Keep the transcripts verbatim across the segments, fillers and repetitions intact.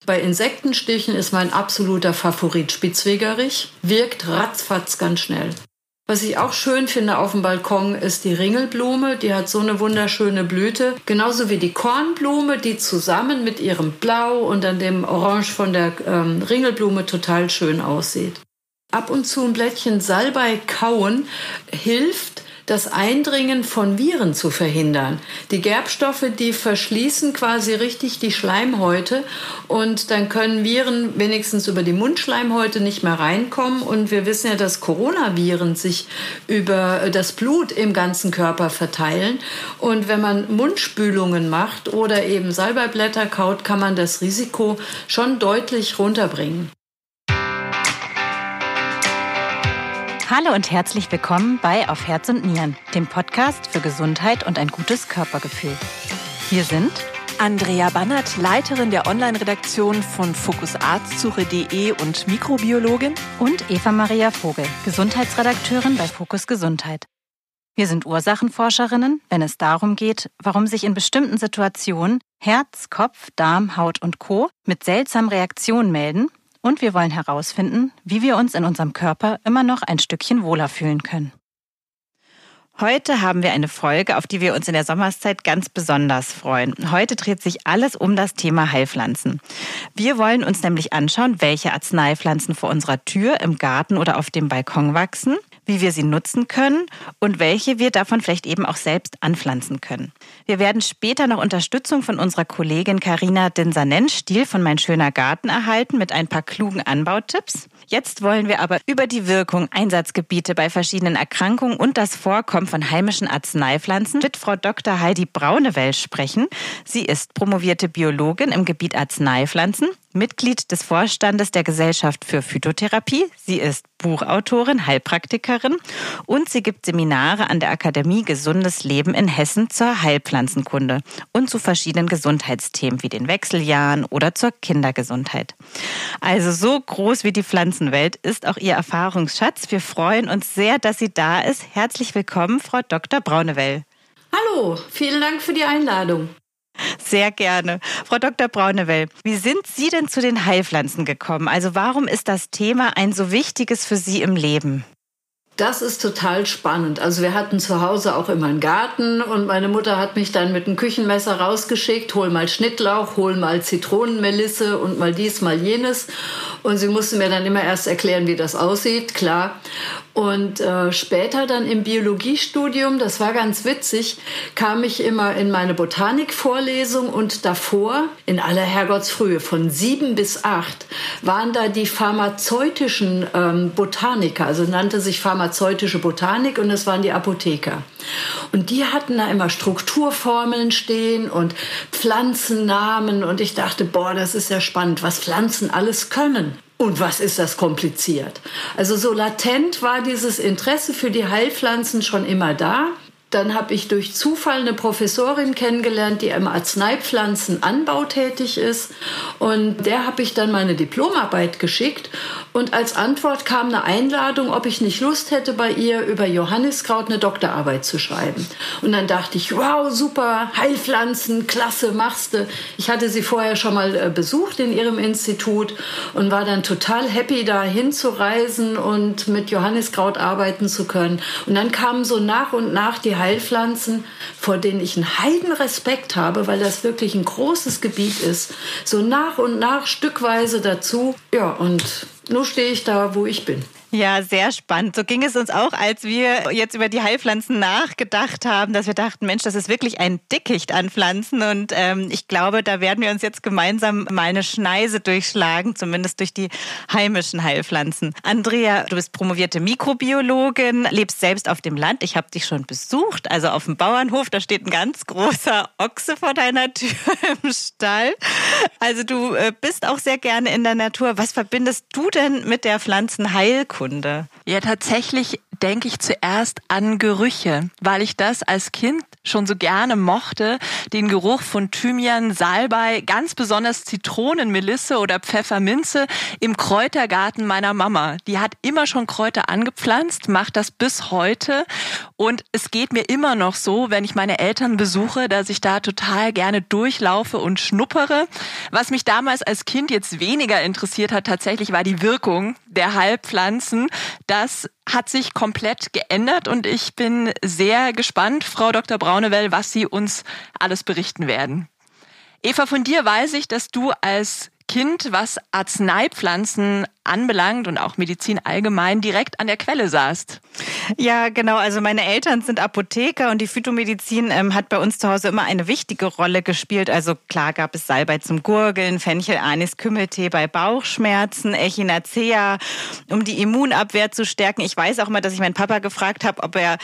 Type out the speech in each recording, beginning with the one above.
Bei Insektenstichen ist mein absoluter Favorit Spitzwegerich, wirkt ratzfatz ganz schnell. Was ich auch schön finde auf dem Balkon ist die Ringelblume, die hat so eine wunderschöne Blüte. Genauso wie die Kornblume, die zusammen mit ihrem Blau und dann dem Orange von der ähm, Ringelblume total schön aussieht. Ab und zu ein Blättchen Salbei kauen hilft, das Eindringen von Viren zu verhindern. Die Gerbstoffe, die verschließen quasi richtig die Schleimhäute und dann können Viren wenigstens über die Mundschleimhäute nicht mehr reinkommen. Und wir wissen ja, dass Coronaviren sich über das Blut im ganzen Körper verteilen. Und wenn man Mundspülungen macht oder eben Salbeiblätter kaut, kann man das Risiko schon deutlich runterbringen. Hallo und herzlich willkommen bei Auf Herz und Nieren, dem Podcast für Gesundheit und ein gutes Körpergefühl. Wir sind Andrea Bannert, Leiterin der Online-Redaktion von fokusarztsuche punkt de und Mikrobiologin, und Eva Maria Vogel, Gesundheitsredakteurin bei Fokus Gesundheit. Wir sind Ursachenforscherinnen, wenn es darum geht, warum sich in bestimmten Situationen Herz, Kopf, Darm, Haut und Co. mit seltsamen Reaktionen melden. Und wir wollen herausfinden, wie wir uns in unserem Körper immer noch ein Stückchen wohler fühlen können. Heute haben wir eine Folge, auf die wir uns in der Sommerszeit ganz besonders freuen. Heute dreht sich alles um das Thema Heilpflanzen. Wir wollen uns nämlich anschauen, welche Arzneipflanzen vor unserer Tür, im Garten oder auf dem Balkon wachsen, wie wir sie nutzen können und welche wir davon vielleicht eben auch selbst anpflanzen können. Wir werden später noch Unterstützung von unserer Kollegin Carina Dinsanen-Stiel von Mein Schöner Garten erhalten mit ein paar klugen Anbautipps. Jetzt wollen wir aber über die Wirkung, Einsatzgebiete bei verschiedenen Erkrankungen und das Vorkommen von heimischen Arzneipflanzen mit Frau Doktor Heidi Braunewell sprechen. Sie ist promovierte Biologin im Gebiet Arzneipflanzen, Mitglied des Vorstandes der Gesellschaft für Phytotherapie. Sie ist Buchautorin, Heilpraktikerin und sie gibt Seminare an der Akademie Gesundes Leben in Hessen zur Heilpflanzenkunde und zu verschiedenen Gesundheitsthemen wie den Wechseljahren oder zur Kindergesundheit. Also so groß wie die Pflanzenwelt ist auch ihr Erfahrungsschatz. Wir freuen uns sehr, dass sie da ist. Herzlich willkommen, Frau Doktor Braunewell. Hallo, vielen Dank für die Einladung. Sehr gerne. Frau Doktor Braunewell, wie sind Sie denn zu den Heilpflanzen gekommen? Also warum ist das Thema ein so wichtiges für Sie im Leben? Das ist total spannend. Also wir hatten zu Hause auch immer einen Garten und meine Mutter hat mich dann mit einem Küchenmesser rausgeschickt, hol mal Schnittlauch, hol mal Zitronenmelisse und mal dies, mal jenes. Und sie musste mir dann immer erst erklären, wie das aussieht, klar. Und äh, später dann im Biologiestudium, das war ganz witzig, kam ich immer in meine Botanikvorlesung und davor, in aller Herrgottsfrühe, von sieben bis acht, waren da die pharmazeutischen ähm, Botaniker, also nannte sich pharmazeutische Botanik und das waren die Apotheker. Und die hatten da immer Strukturformeln stehen und Pflanzennamen und ich dachte, boah, das ist ja spannend, was Pflanzen alles können. Und was ist das kompliziert? Also so latent war dieses Interesse für die Heilpflanzen schon immer da. Dann habe ich durch Zufall eine Professorin kennengelernt, die im Arzneipflanzenanbau tätig ist. Und der habe ich dann meine Diplomarbeit geschickt. Und als Antwort kam eine Einladung, ob ich nicht Lust hätte, bei ihr über Johanniskraut eine Doktorarbeit zu schreiben. Und dann dachte ich, wow, super, Heilpflanzen, klasse, machste. Ich hatte sie vorher schon mal besucht in ihrem Institut und war dann total happy, da hinzureisen und mit Johanniskraut arbeiten zu können. Und dann kamen so nach und nach die Heilpflanzen, vor denen ich einen Heidenrespekt habe, weil das wirklich ein großes Gebiet ist, so nach und nach stückweise dazu. Ja, und nun stehe ich da, wo ich bin. Ja, sehr spannend. So ging es uns auch, als wir jetzt über die Heilpflanzen nachgedacht haben, dass wir dachten, Mensch, das ist wirklich ein Dickicht an Pflanzen und ähm, ich glaube, da werden wir uns jetzt gemeinsam mal eine Schneise durchschlagen, zumindest durch die heimischen Heilpflanzen. Andrea, du bist promovierte Mikrobiologin, lebst selbst auf dem Land. Ich habe dich schon besucht, also auf dem Bauernhof, da steht ein ganz großer Ochse vor deiner Tür im Stall. Also du äh, bist auch sehr gerne in der Natur. Was verbindest du denn mit der Pflanzenheilkunde? Ja, tatsächlich denke ich zuerst an Gerüche, weil ich das als Kind schon so gerne mochte, den Geruch von Thymian, Salbei, ganz besonders Zitronenmelisse oder Pfefferminze im Kräutergarten meiner Mama. Die hat immer schon Kräuter angepflanzt, macht das bis heute und es geht mir immer noch so, wenn ich meine Eltern besuche, dass ich da total gerne durchlaufe und schnuppere. Was mich damals als Kind jetzt weniger interessiert hat, tatsächlich war die Wirkung der Heilpflanzen. Das hat sich komplett geändert und ich bin sehr gespannt, Frau Doktor Braunewell, was Sie uns alles berichten werden. Eva, von dir weiß ich, dass du als Kind, was Arzneipflanzen anbelangt und auch Medizin allgemein, direkt an der Quelle saßt. Ja, genau. Also meine Eltern sind Apotheker und die Phytomedizin ähm, hat bei uns zu Hause immer eine wichtige Rolle gespielt. Also klar gab es Salbei zum Gurgeln, Fenchel, Anis, Kümmeltee bei Bauchschmerzen, Echinacea, um die Immunabwehr zu stärken. Ich weiß auch mal, dass ich meinen Papa gefragt habe, ob er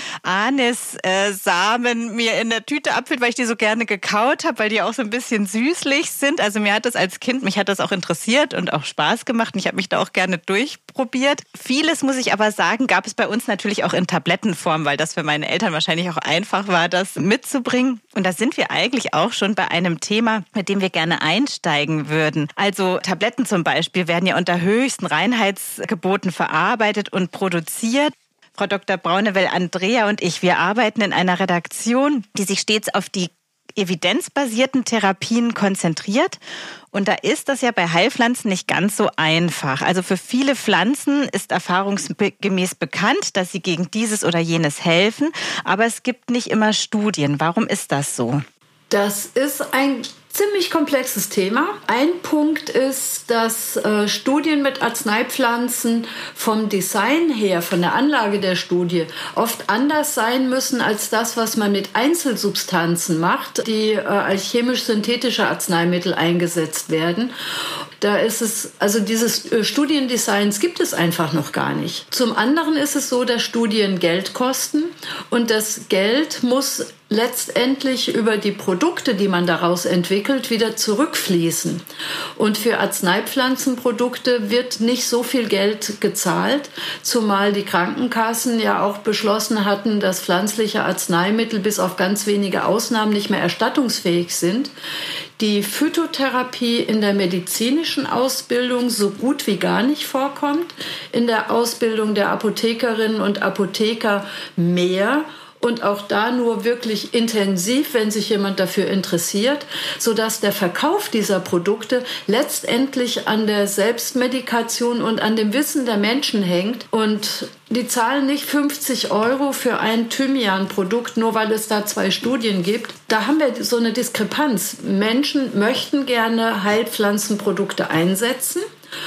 Anis-Samen äh, mir in der Tüte abfüllt, weil ich die so gerne gekaut habe, weil die auch so ein bisschen süßlich sind. Also mir hat das als Kind, mich hat das auch interessiert und auch Spaß gemacht und ich habe mich da auch gerne durchprobiert. Vieles, muss ich aber sagen, gab es bei uns natürlich auch in Tablettenform, weil das für meine Eltern wahrscheinlich auch einfach war, das mitzubringen. Und da sind wir eigentlich auch schon bei einem Thema, mit dem wir gerne einsteigen würden. Also Tabletten zum Beispiel werden ja unter höchsten Reinheitsgeboten verarbeitet und produziert. Frau Doktor Braunewell, Andrea und ich, wir arbeiten in einer Redaktion, die sich stets auf die evidenzbasierten Therapien konzentriert. Und da ist das ja bei Heilpflanzen nicht ganz so einfach. Also für viele Pflanzen ist erfahrungsgemäß bekannt, dass sie gegen dieses oder jenes helfen. Aber es gibt nicht immer Studien. Warum ist das so? Das ist ein ziemlich komplexes Thema. Ein Punkt ist, dass äh, Studien mit Arzneipflanzen vom Design her, von der Anlage der Studie, oft anders sein müssen als das, was man mit Einzelsubstanzen macht, die äh, als chemisch-synthetische Arzneimittel eingesetzt werden. Da ist es, also dieses äh, Studiendesigns gibt es einfach noch gar nicht. Zum anderen ist es so, dass Studien Geld kosten und das Geld muss letztendlich über die Produkte, die man daraus entwickelt, wieder zurückfließen. Und für Arzneipflanzenprodukte wird nicht so viel Geld gezahlt, zumal die Krankenkassen ja auch beschlossen hatten, dass pflanzliche Arzneimittel bis auf ganz wenige Ausnahmen nicht mehr erstattungsfähig sind. Die Phytotherapie in der medizinischen Ausbildung so gut wie gar nicht vorkommt, in der Ausbildung der Apothekerinnen und Apotheker mehr. Und auch da nur wirklich intensiv, wenn sich jemand dafür interessiert, sodass der Verkauf dieser Produkte letztendlich an der Selbstmedikation und an dem Wissen der Menschen hängt. Und die zahlen nicht fünfzig Euro für ein Thymian-Produkt, nur weil es da zwei Studien gibt. Da haben wir so eine Diskrepanz. Menschen möchten gerne Heilpflanzenprodukte einsetzen.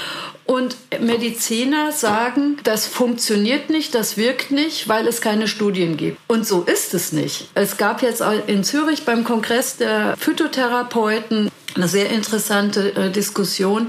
Und Mediziner sagen, das funktioniert nicht, das wirkt nicht, weil es keine Studien gibt. Und so ist es nicht. Es gab jetzt in Zürich beim Kongress der Phytotherapeuten eine sehr interessante Diskussion,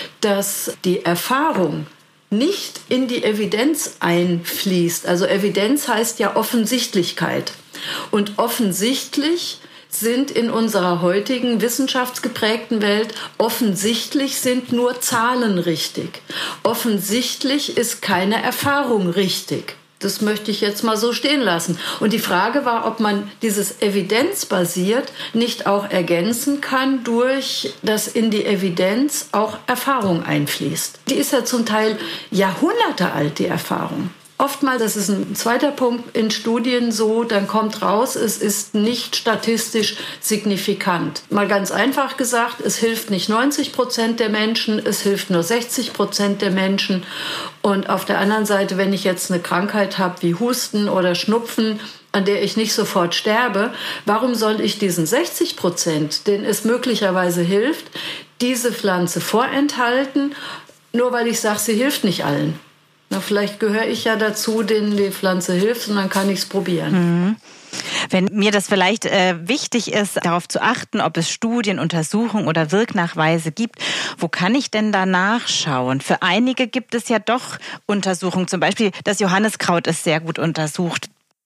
dass die Erfahrung nicht in die Evidenz einfließt. Also Evidenz heißt ja Offensichtlichkeit. Und offensichtlich sind in unserer heutigen wissenschaftsgeprägten Welt, offensichtlich sind nur Zahlen richtig. Offensichtlich ist keine Erfahrung richtig. Das möchte ich jetzt mal so stehen lassen. Und die Frage war, ob man dieses evidenzbasiert nicht auch ergänzen kann durch, dass in die Evidenz auch Erfahrung einfließt. Die ist ja zum Teil Jahrhunderte alt, die Erfahrung. Oftmals, das ist ein zweiter Punkt in Studien so, dann kommt raus, es ist nicht statistisch signifikant. Mal ganz einfach gesagt, es hilft nicht neunzig Prozent der Menschen, es hilft nur sechzig Prozent der Menschen. Und auf der anderen Seite, wenn ich jetzt eine Krankheit habe wie Husten oder Schnupfen, an der ich nicht sofort sterbe, warum soll ich diesen sechzig Prozent, denen es möglicherweise hilft, diese Pflanze vorenthalten, nur weil ich sage, sie hilft nicht allen? Na, vielleicht gehöre ich ja dazu, denen die Pflanze hilft und dann kann ich es probieren. Mhm. Wenn mir das vielleicht äh, wichtig ist, darauf zu achten, ob es Studien, Untersuchungen oder Wirknachweise gibt, wo kann ich denn da nachschauen? Für einige gibt es ja doch Untersuchungen, zum Beispiel das Johanniskraut ist sehr gut untersucht.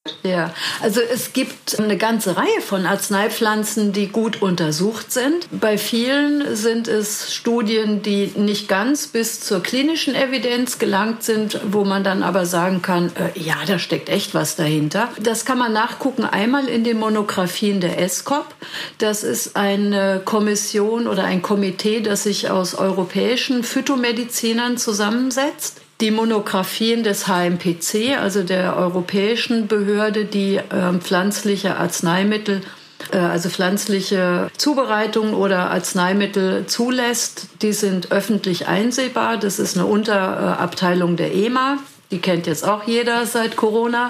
Ja, also es gibt eine ganze Reihe von Arzneipflanzen, die gut untersucht sind. Bei vielen sind es Studien, die nicht ganz bis zur klinischen Evidenz gelangt sind, wo man dann aber sagen kann, äh, ja, da steckt echt was dahinter. Das kann man nachgucken, einmal in den Monographien der E S C O P. Das ist eine Kommission oder ein Komitee, das sich aus europäischen Phytomedizinern zusammensetzt. Die Monographien des H M P C, also der europäischen Behörde, die äh, pflanzliche Arzneimittel, äh, also pflanzliche Zubereitungen oder Arzneimittel zulässt, die sind öffentlich einsehbar. Das ist eine Unterabteilung der E M A. Die kennt jetzt auch jeder seit Corona.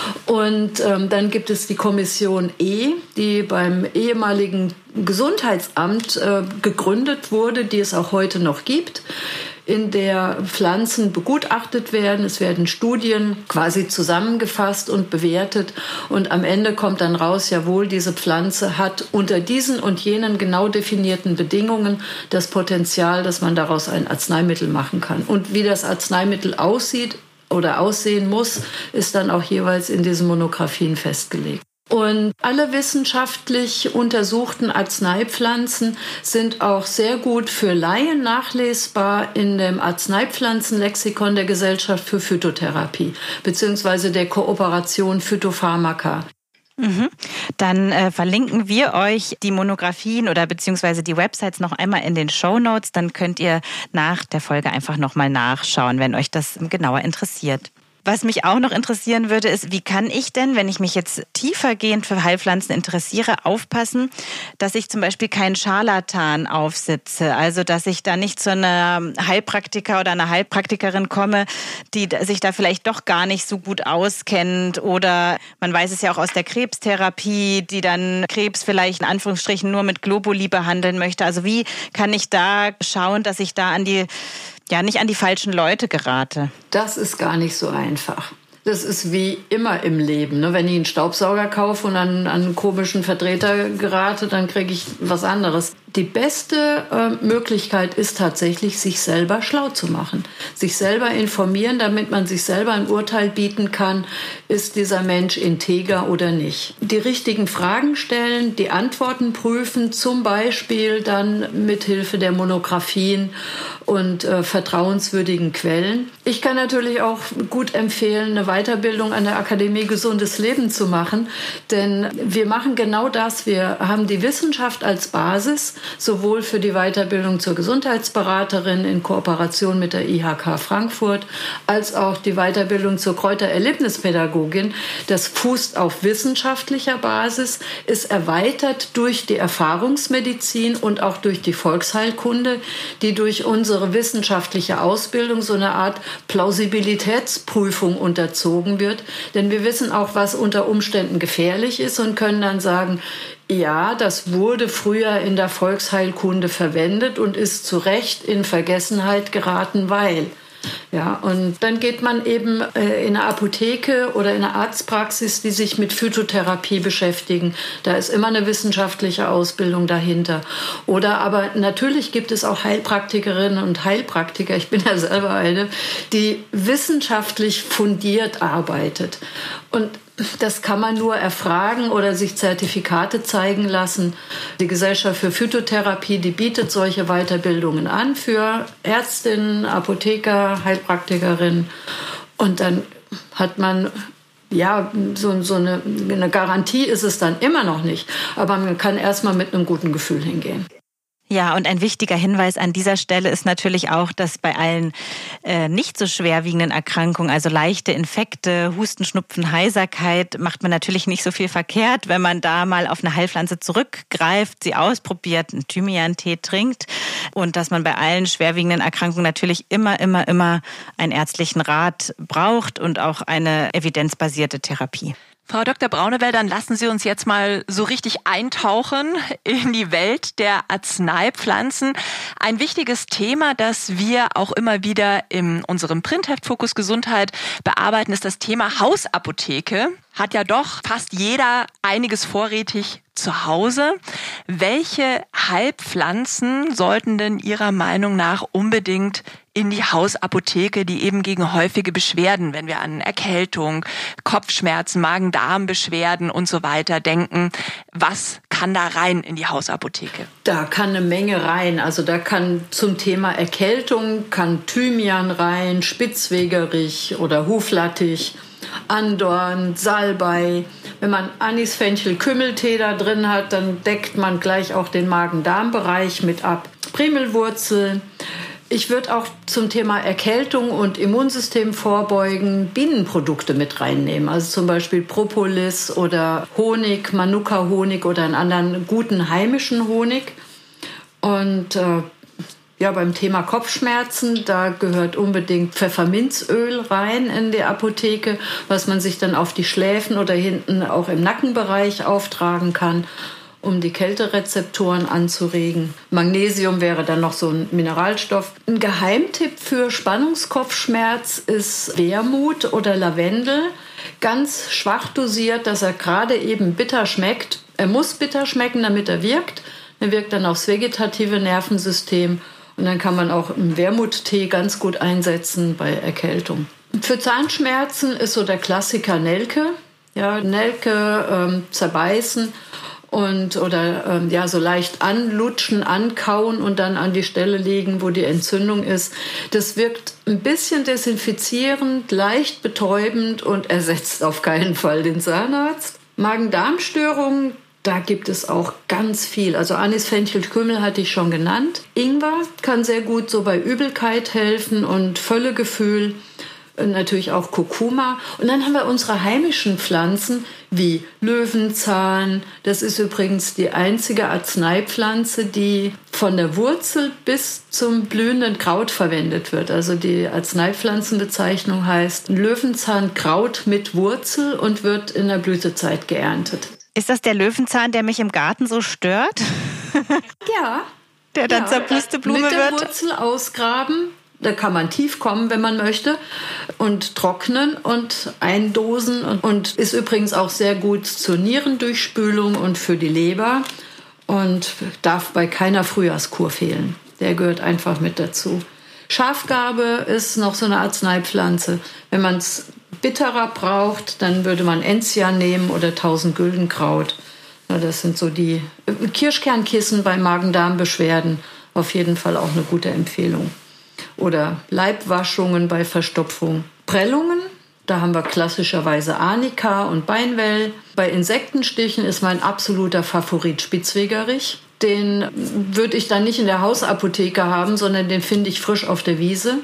Und ähm, dann gibt es die Kommission E, die beim ehemaligen Gesundheitsamt äh, gegründet wurde, die es auch heute noch gibt, in der Pflanzen begutachtet werden. Es werden Studien quasi zusammengefasst und bewertet. Und am Ende kommt dann raus, jawohl, diese Pflanze hat unter diesen und jenen genau definierten Bedingungen das Potenzial, dass man daraus ein Arzneimittel machen kann. Und wie das Arzneimittel aussieht oder aussehen muss, ist dann auch jeweils in diesen Monographien festgelegt. Und alle wissenschaftlich untersuchten Arzneipflanzen sind auch sehr gut für Laien nachlesbar in dem Arzneipflanzenlexikon der Gesellschaft für Phytotherapie beziehungsweise der Kooperation Phytopharmaka. Mhm. Dann äh, verlinken wir euch die Monographien oder beziehungsweise die Websites noch einmal in den Shownotes. Dann könnt ihr nach der Folge einfach nochmal nachschauen, wenn euch das genauer interessiert. Was mich auch noch interessieren würde, ist, wie kann ich denn, wenn ich mich jetzt tiefergehend für Heilpflanzen interessiere, aufpassen, dass ich zum Beispiel keinen Scharlatan aufsitze? Also, dass ich da nicht zu einer Heilpraktiker oder einer Heilpraktikerin komme, die sich da vielleicht doch gar nicht so gut auskennt. Oder man weiß es ja auch aus der Krebstherapie, die dann Krebs vielleicht in Anführungsstrichen nur mit Globuli behandeln möchte. Also, wie kann ich da schauen, dass ich da an die ja nicht an die falschen Leute gerate? Das ist gar nicht so einfach. Das ist wie immer im Leben. Ne? Wenn ich einen Staubsauger kaufe und an, an einen komischen Vertreter gerate, dann kriege ich was anderes. Die beste äh, Möglichkeit ist tatsächlich, sich selber schlau zu machen. Sich selber informieren, damit man sich selber ein Urteil bieten kann, ist dieser Mensch integer oder nicht. Die richtigen Fragen stellen, die Antworten prüfen, zum Beispiel dann mithilfe der Monographien und äh, vertrauenswürdigen Quellen. Ich kann natürlich auch gut empfehlen, eine Weiterbildung an der Akademie Gesundes Leben zu machen, denn wir machen genau das. Wir haben die Wissenschaft als Basis, sowohl für die Weiterbildung zur Gesundheitsberaterin in Kooperation mit der I H K Frankfurt, als auch die Weiterbildung zur Kräutererlebnispädagogin. Das fußt auf wissenschaftlicher Basis, ist erweitert durch die Erfahrungsmedizin und auch durch die Volksheilkunde, die durch unsere wissenschaftliche Ausbildung so eine Art Plausibilitätsprüfung unterzogen wird. Denn wir wissen auch, was unter Umständen gefährlich ist und können dann sagen, ja, das wurde früher in der Volksheilkunde verwendet und ist zu Recht in Vergessenheit geraten, weil. Ja, und dann geht man eben äh, in eine Apotheke oder in eine Arztpraxis, die sich mit Phytotherapie beschäftigen. Da ist immer eine wissenschaftliche Ausbildung dahinter. Oder aber natürlich gibt es auch Heilpraktikerinnen und Heilpraktiker, ich bin ja selber eine, die wissenschaftlich fundiert arbeitet. Und das kann man nur erfragen oder sich Zertifikate zeigen lassen. Die Gesellschaft für Phytotherapie, die bietet solche Weiterbildungen an für Ärztinnen, Apotheker, Heilpraktikerinnen. Und dann hat man, ja, so, so eine, eine Garantie ist es dann immer noch nicht. Aber man kann erstmal mit einem guten Gefühl hingehen. Ja, und ein wichtiger Hinweis an dieser Stelle ist natürlich auch, dass bei allen äh, nicht so schwerwiegenden Erkrankungen, also leichte Infekte, Husten, Schnupfen, Heiserkeit, macht man natürlich nicht so viel verkehrt, wenn man da mal auf eine Heilpflanze zurückgreift, sie ausprobiert, einen Thymian-Tee trinkt und dass man bei allen schwerwiegenden Erkrankungen natürlich immer, immer, immer einen ärztlichen Rat braucht und auch eine evidenzbasierte Therapie. Frau Doktor Braunewell, dann lassen Sie uns jetzt mal so richtig eintauchen in die Welt der Arzneipflanzen. Ein wichtiges Thema, das wir auch immer wieder in unserem Printheft Fokus Gesundheit bearbeiten, ist das Thema Hausapotheke. hat ja doch fast jeder einiges vorrätig zu Hause. Welche Heilpflanzen sollten denn Ihrer Meinung nach unbedingt in die Hausapotheke, die eben gegen häufige Beschwerden, wenn wir an Erkältung, Kopfschmerzen, Magen-Darm-Beschwerden und so weiter denken, was kann da rein in die Hausapotheke? Da kann eine Menge rein. Also da kann zum Thema Erkältung kann Thymian rein, Spitzwegerich oder Huflattich, Andorn, Salbei. Wenn man Anis, Fenchel, Kümmeltee da drin hat, dann deckt man gleich auch den Magen-Darm-Bereich mit ab. Primelwurzel. Ich würde auch zum Thema Erkältung und Immunsystem vorbeugen Bienenprodukte mit reinnehmen. Also zum Beispiel Propolis oder Honig, Manuka-Honig oder einen anderen guten heimischen Honig. Und äh, ja, beim Thema Kopfschmerzen, da gehört unbedingt Pfefferminzöl rein in die Apotheke, was man sich dann auf die Schläfen oder hinten auch im Nackenbereich auftragen kann, um die Kälterezeptoren anzuregen. Magnesium wäre dann noch so ein Mineralstoff. Ein Geheimtipp für Spannungskopfschmerz ist Wermut oder Lavendel. Ganz schwach dosiert, dass er gerade eben bitter schmeckt. Er muss bitter schmecken, damit er wirkt. Er wirkt dann aufs vegetative Nervensystem. Und dann kann man auch einen Wermuttee ganz gut einsetzen bei Erkältung. Für Zahnschmerzen ist so der Klassiker Nelke. Ja, Nelke ähm, zerbeißen und oder ähm, ja so leicht anlutschen, ankauen und dann an die Stelle legen, wo die Entzündung ist. Das wirkt ein bisschen desinfizierend, leicht betäubend und ersetzt auf keinen Fall den Zahnarzt. Magen-Darm-Störungen, da gibt es auch ganz viel. Also Anis, Fenchel, Kümmel hatte ich schon genannt. Ingwer kann sehr gut so bei Übelkeit helfen und Völlegefühl. Natürlich auch Kurkuma. Und dann haben wir unsere heimischen Pflanzen wie Löwenzahn. Das ist übrigens die einzige Arzneipflanze, die von der Wurzel bis zum blühenden Kraut verwendet wird. Also die Arzneipflanzenbezeichnung heißt Löwenzahnkraut mit Wurzel und wird in der Blütezeit geerntet. Ist das der Löwenzahn, der mich im Garten so stört? Ja. Der dann ja, zur Pusteblume wird? Mit der Wurzel ausgraben. Da kann man tief kommen, wenn man möchte, und trocknen und eindosen. Und ist übrigens auch sehr gut zur Nierendurchspülung und für die Leber und darf bei keiner Frühjahrskur fehlen. Der gehört einfach mit dazu. Schafgarbe ist noch so eine Arzneipflanze. Wenn man es bitterer braucht, dann würde man Enzian nehmen oder Tausendgüldenkraut. Ja, das sind so die Kirschkernkissen bei Magen-Darm-Beschwerden. Auf jeden Fall auch eine gute Empfehlung. Oder Leibwaschungen bei Verstopfung. Prellungen, da haben wir klassischerweise Arnika und Beinwell. Bei Insektenstichen ist mein absoluter Favorit Spitzwegerich. Den würde ich dann nicht in der Hausapotheke haben, sondern den finde ich frisch auf der Wiese.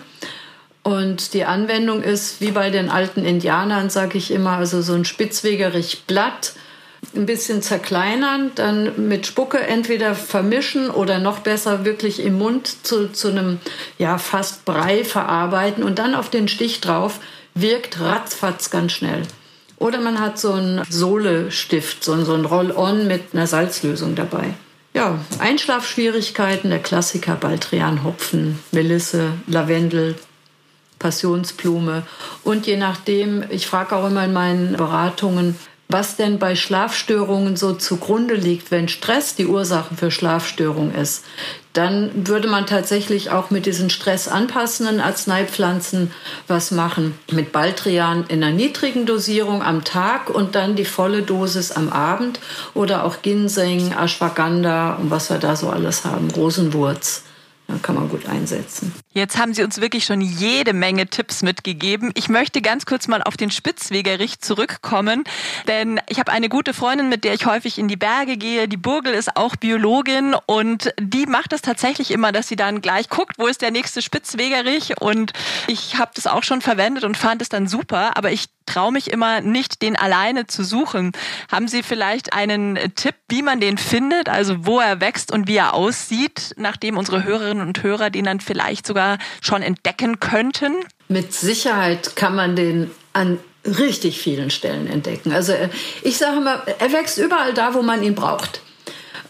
Und die Anwendung ist, wie bei den alten Indianern, sage ich immer, also so ein Spitzwegerich-Blatt ein bisschen zerkleinern, dann mit Spucke entweder vermischen oder noch besser wirklich im Mund zu, zu einem ja, fast Brei verarbeiten und dann auf den Stich drauf, wirkt ratzfatz ganz schnell. Oder man hat so einen Sohlestift, so, so ein Roll-on mit einer Salzlösung dabei. Ja, Einschlafschwierigkeiten, der Klassiker Baldrian-Hopfen, Melisse, Lavendel, Passionsblume. Und je nachdem, ich frage auch immer in meinen Beratungen, was denn bei Schlafstörungen so zugrunde liegt, wenn Stress die Ursache für Schlafstörung ist, dann würde man tatsächlich auch mit diesen stressanpassenden Arzneipflanzen was machen. Mit Baldrian in einer niedrigen Dosierung am Tag und dann die volle Dosis am Abend. Oder auch Ginseng, Ashwagandha und was wir da so alles haben, Rosenwurz. Da kann man gut einsetzen. Jetzt haben Sie uns wirklich schon jede Menge Tipps mitgegeben. Ich möchte ganz kurz mal auf den Spitzwegerich zurückkommen, denn ich habe eine gute Freundin, mit der ich häufig in die Berge gehe. Die Burgel ist auch Biologin und die macht das tatsächlich immer, dass sie dann gleich guckt, wo ist der nächste Spitzwegerich, und ich habe das auch schon verwendet und fand es dann super, aber ich traue mich immer nicht, den alleine zu suchen. Haben Sie vielleicht einen Tipp, wie man den findet, also wo er wächst und wie er aussieht, nachdem unsere Hörerinnen und Hörer den dann vielleicht sogar schon entdecken könnten? Mit Sicherheit kann man den an richtig vielen Stellen entdecken. Also ich sage mal, er wächst überall da, wo man ihn braucht.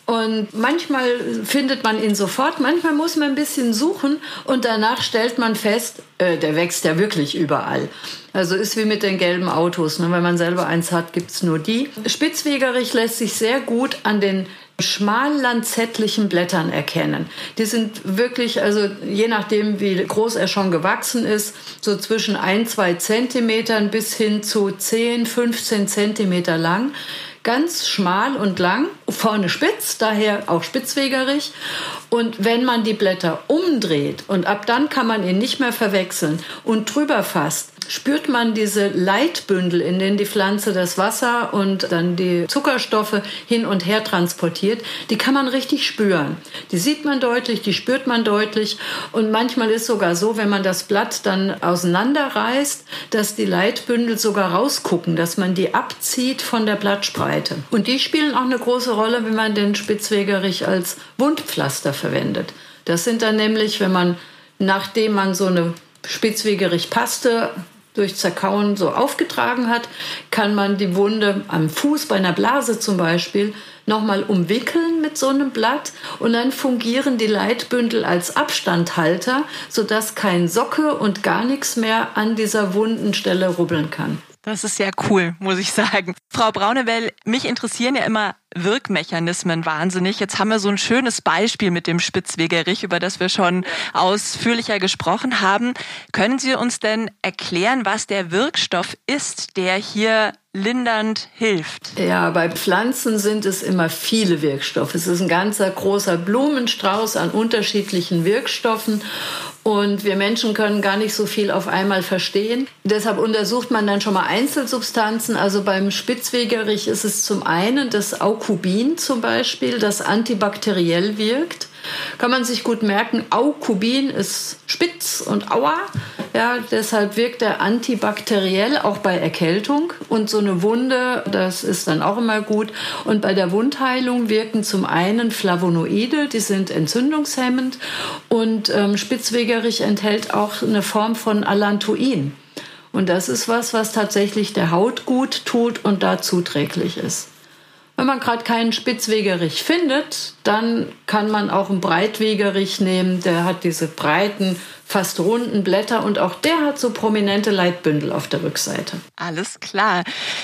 Und manchmal findet man ihn sofort, manchmal muss man ein bisschen suchen und danach stellt man fest, äh, der wächst ja wirklich überall. Also ist wie mit den gelben Autos, ne? Wenn man selber eins hat, gibt's nur die. Spitzwegerich lässt sich sehr gut an den schmallanzettlichen Blättern erkennen. Die sind wirklich, also je nachdem, wie groß er schon gewachsen ist, so zwischen ein, zwei Zentimetern bis hin zu zehn, fünfzehn Zentimeter lang. Ganz schmal und lang, vorne spitz, daher auch spitzwegerich. Und wenn man die Blätter umdreht und ab dann kann man ihn nicht mehr verwechseln und drüber fasst, spürt man diese Leitbündel, in denen die Pflanze das Wasser und dann die Zuckerstoffe hin und her transportiert. Die kann man richtig spüren. Die sieht man deutlich, die spürt man deutlich. Und manchmal ist sogar so, wenn man das Blatt dann auseinanderreißt, dass die Leitbündel sogar rausgucken, dass man die abzieht von der Blattspreite. Und die spielen auch eine große Rolle, wenn man den Spitzwegerich als Wundpflaster verwendet. Das sind dann nämlich, wenn man, nachdem man so eine Spitzwegerich-Paste durch Zerkauen so aufgetragen hat, kann man die Wunde am Fuß bei einer Blase zum Beispiel nochmal umwickeln mit so einem Blatt und dann fungieren die Leitbündel als Abstandhalter, sodass kein Socke und gar nichts mehr an dieser wunden Stelle rubbeln kann. Das ist ja cool, muss ich sagen. Frau Braunewell, mich interessieren ja immer Wirkmechanismen wahnsinnig. Jetzt haben wir so ein schönes Beispiel mit dem Spitzwegerich, über das wir schon ausführlicher gesprochen haben. Können Sie uns denn erklären, was der Wirkstoff ist, der hier lindernd hilft? Ja, bei Pflanzen sind es immer viele Wirkstoffe. Es ist ein ganzer großer Blumenstrauß an unterschiedlichen Wirkstoffen. Und wir Menschen können gar nicht so viel auf einmal verstehen. Deshalb untersucht man dann schon mal Einzelsubstanzen. Also beim Spitzwegerich ist es zum einen das Aucubin zum Beispiel, das antibakteriell wirkt. Kann man sich gut merken, Aucubin ist spitz und aua. Ja, deshalb wirkt er antibakteriell, auch bei Erkältung. Und so eine Wunde, das ist dann auch immer gut. Und bei der Wundheilung wirken zum einen Flavonoide, die sind entzündungshemmend. Und ähm, Spitzwegerich enthält auch eine Form von Allantoin. Und das ist was, was tatsächlich der Haut gut tut und da zuträglich ist. Wenn man gerade keinen Spitzwegerich findet, dann kann man auch einen Breitwegerich nehmen. Der hat diese breiten, fast runden Blätter und auch der hat so prominente Leitbündel auf der Rückseite. Alles klar.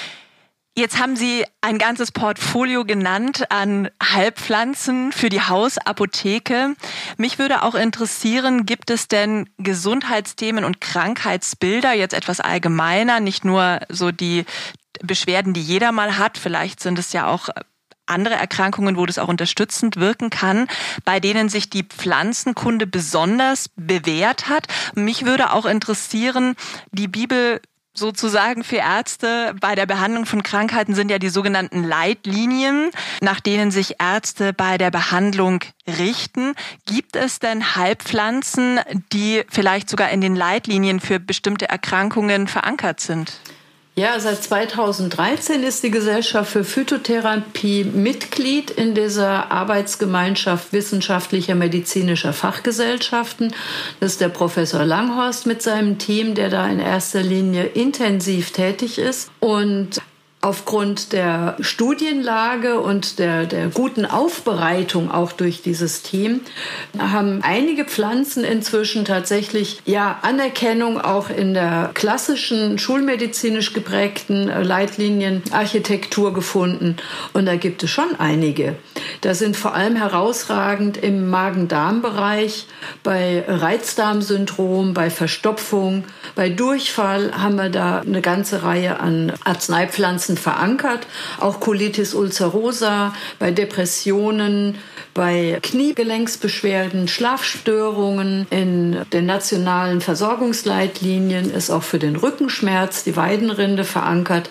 Jetzt haben Sie ein ganzes Portfolio genannt an Heilpflanzen für die Hausapotheke. Mich würde auch interessieren, gibt es denn Gesundheitsthemen und Krankheitsbilder, jetzt etwas allgemeiner, nicht nur so die Beschwerden, die jeder mal hat, vielleicht sind es ja auch andere Erkrankungen, wo das auch unterstützend wirken kann, bei denen sich die Pflanzenkunde besonders bewährt hat. Mich würde auch interessieren, die Bibel sozusagen für Ärzte bei der Behandlung von Krankheiten sind ja die sogenannten Leitlinien, nach denen sich Ärzte bei der Behandlung richten. Gibt es denn Heilpflanzen, die vielleicht sogar in den Leitlinien für bestimmte Erkrankungen verankert sind? Ja, seit zweitausenddreizehn ist die Gesellschaft für Phytotherapie Mitglied in dieser Arbeitsgemeinschaft wissenschaftlicher medizinischer Fachgesellschaften. Das ist der Professor Langhorst mit seinem Team, der da in erster Linie intensiv tätig ist. Und aufgrund der Studienlage und der, der guten Aufbereitung auch durch dieses Team haben einige Pflanzen inzwischen tatsächlich ja Anerkennung auch in der klassischen schulmedizinisch geprägten Leitlinienarchitektur gefunden. Und da gibt es schon einige. Da sind vor allem herausragend im Magen-Darm-Bereich, bei Reizdarmsyndrom, bei Verstopfung, bei Durchfall haben wir da eine ganze Reihe an Arzneipflanzen verankert, auch Colitis ulcerosa, bei Depressionen, bei Kniegelenksbeschwerden, Schlafstörungen. In den nationalen Versorgungsleitlinien ist auch für den Rückenschmerz die Weidenrinde verankert.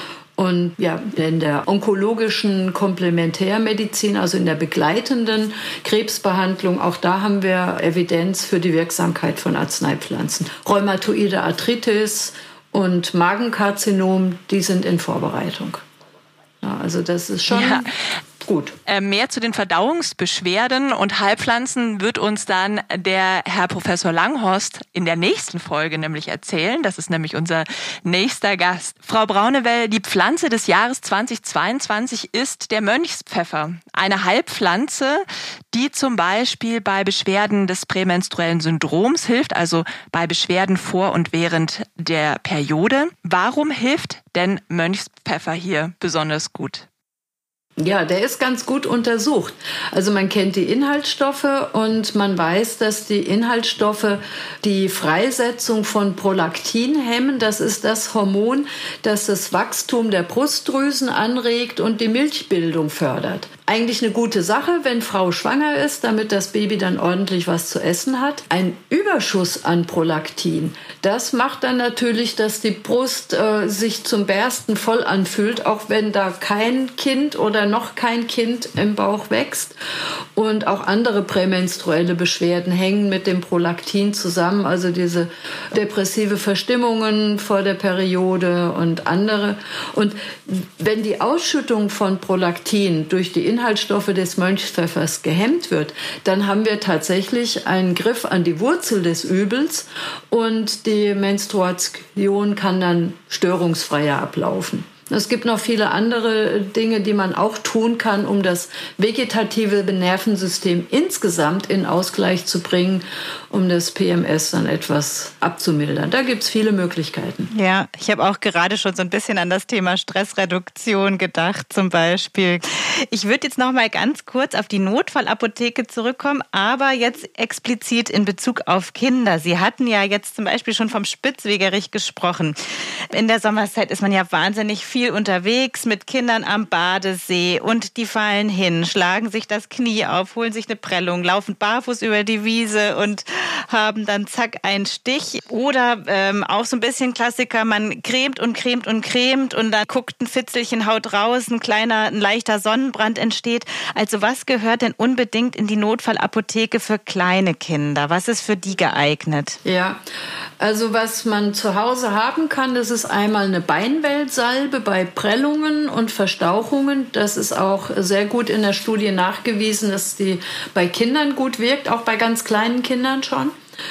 Und ja, in der onkologischen Komplementärmedizin, also in der begleitenden Krebsbehandlung, auch da haben wir Evidenz für die Wirksamkeit von Arzneipflanzen. Rheumatoide Arthritis und Magenkarzinom, die sind in Vorbereitung. Ja, also das ist schon, ja. gut. Äh, mehr zu den Verdauungsbeschwerden und Heilpflanzen wird uns dann der Herr Professor Langhorst in der nächsten Folge nämlich erzählen. Das ist nämlich unser nächster Gast. Frau Braunewell, die Pflanze des Jahres zweitausendzweiundzwanzig ist der Mönchspfeffer. Eine Heilpflanze, die zum Beispiel bei Beschwerden des prämenstruellen Syndroms hilft, also bei Beschwerden vor und während der Periode. Warum hilft denn Mönchspfeffer hier besonders gut? Ja, der ist ganz gut untersucht. Also man kennt die Inhaltsstoffe und man weiß, dass die Inhaltsstoffe die Freisetzung von Prolaktin hemmen. Das ist das Hormon, das das Wachstum der Brustdrüsen anregt und die Milchbildung fördert. Eigentlich eine gute Sache, wenn Frau schwanger ist, damit das Baby dann ordentlich was zu essen hat. Ein Überschuss an Prolaktin, das macht dann natürlich, dass die Brust äh, sich zum Bersten voll anfühlt, auch wenn da kein Kind oder noch kein Kind im Bauch wächst. Und auch andere prämenstruelle Beschwerden hängen mit dem Prolaktin zusammen, also diese depressive Verstimmungen vor der Periode und andere. Und wenn die Ausschüttung von Prolaktin durch die Inhaltsstoffe des Mönchspfeffers gehemmt wird, dann haben wir tatsächlich einen Griff an die Wurzel des Übels und die Menstruation kann dann störungsfreier ablaufen. Es gibt noch viele andere Dinge, die man auch tun kann, um das vegetative Nervensystem insgesamt in Ausgleich zu bringen, um das P M S dann etwas abzumildern. Da gibt es viele Möglichkeiten. Ja, ich habe auch gerade schon so ein bisschen an das Thema Stressreduktion gedacht zum Beispiel. Ich würde jetzt noch mal ganz kurz auf die Notfallapotheke zurückkommen, aber jetzt explizit in Bezug auf Kinder. Sie hatten ja jetzt zum Beispiel schon vom Spitzwegerich gesprochen. In der Sommerszeit ist man ja wahnsinnig viel unterwegs mit Kindern am Badesee und die fallen hin, schlagen sich das Knie auf, holen sich eine Prellung, laufen barfuß über die Wiese und haben dann zack einen Stich. Oder ähm, auch so ein bisschen Klassiker, man cremt und cremt und cremt und dann guckt ein Fitzelchen, haut raus, ein kleiner, ein leichter Sonnenbrand entsteht. Also was gehört denn unbedingt in die Notfallapotheke für kleine Kinder? Was ist für die geeignet? Ja, also was man zu Hause haben kann, das ist einmal eine Beinwellsalbe bei Prellungen und Verstauchungen. Das ist auch sehr gut in der Studie nachgewiesen, dass die bei Kindern gut wirkt, auch bei ganz kleinen Kindern schon.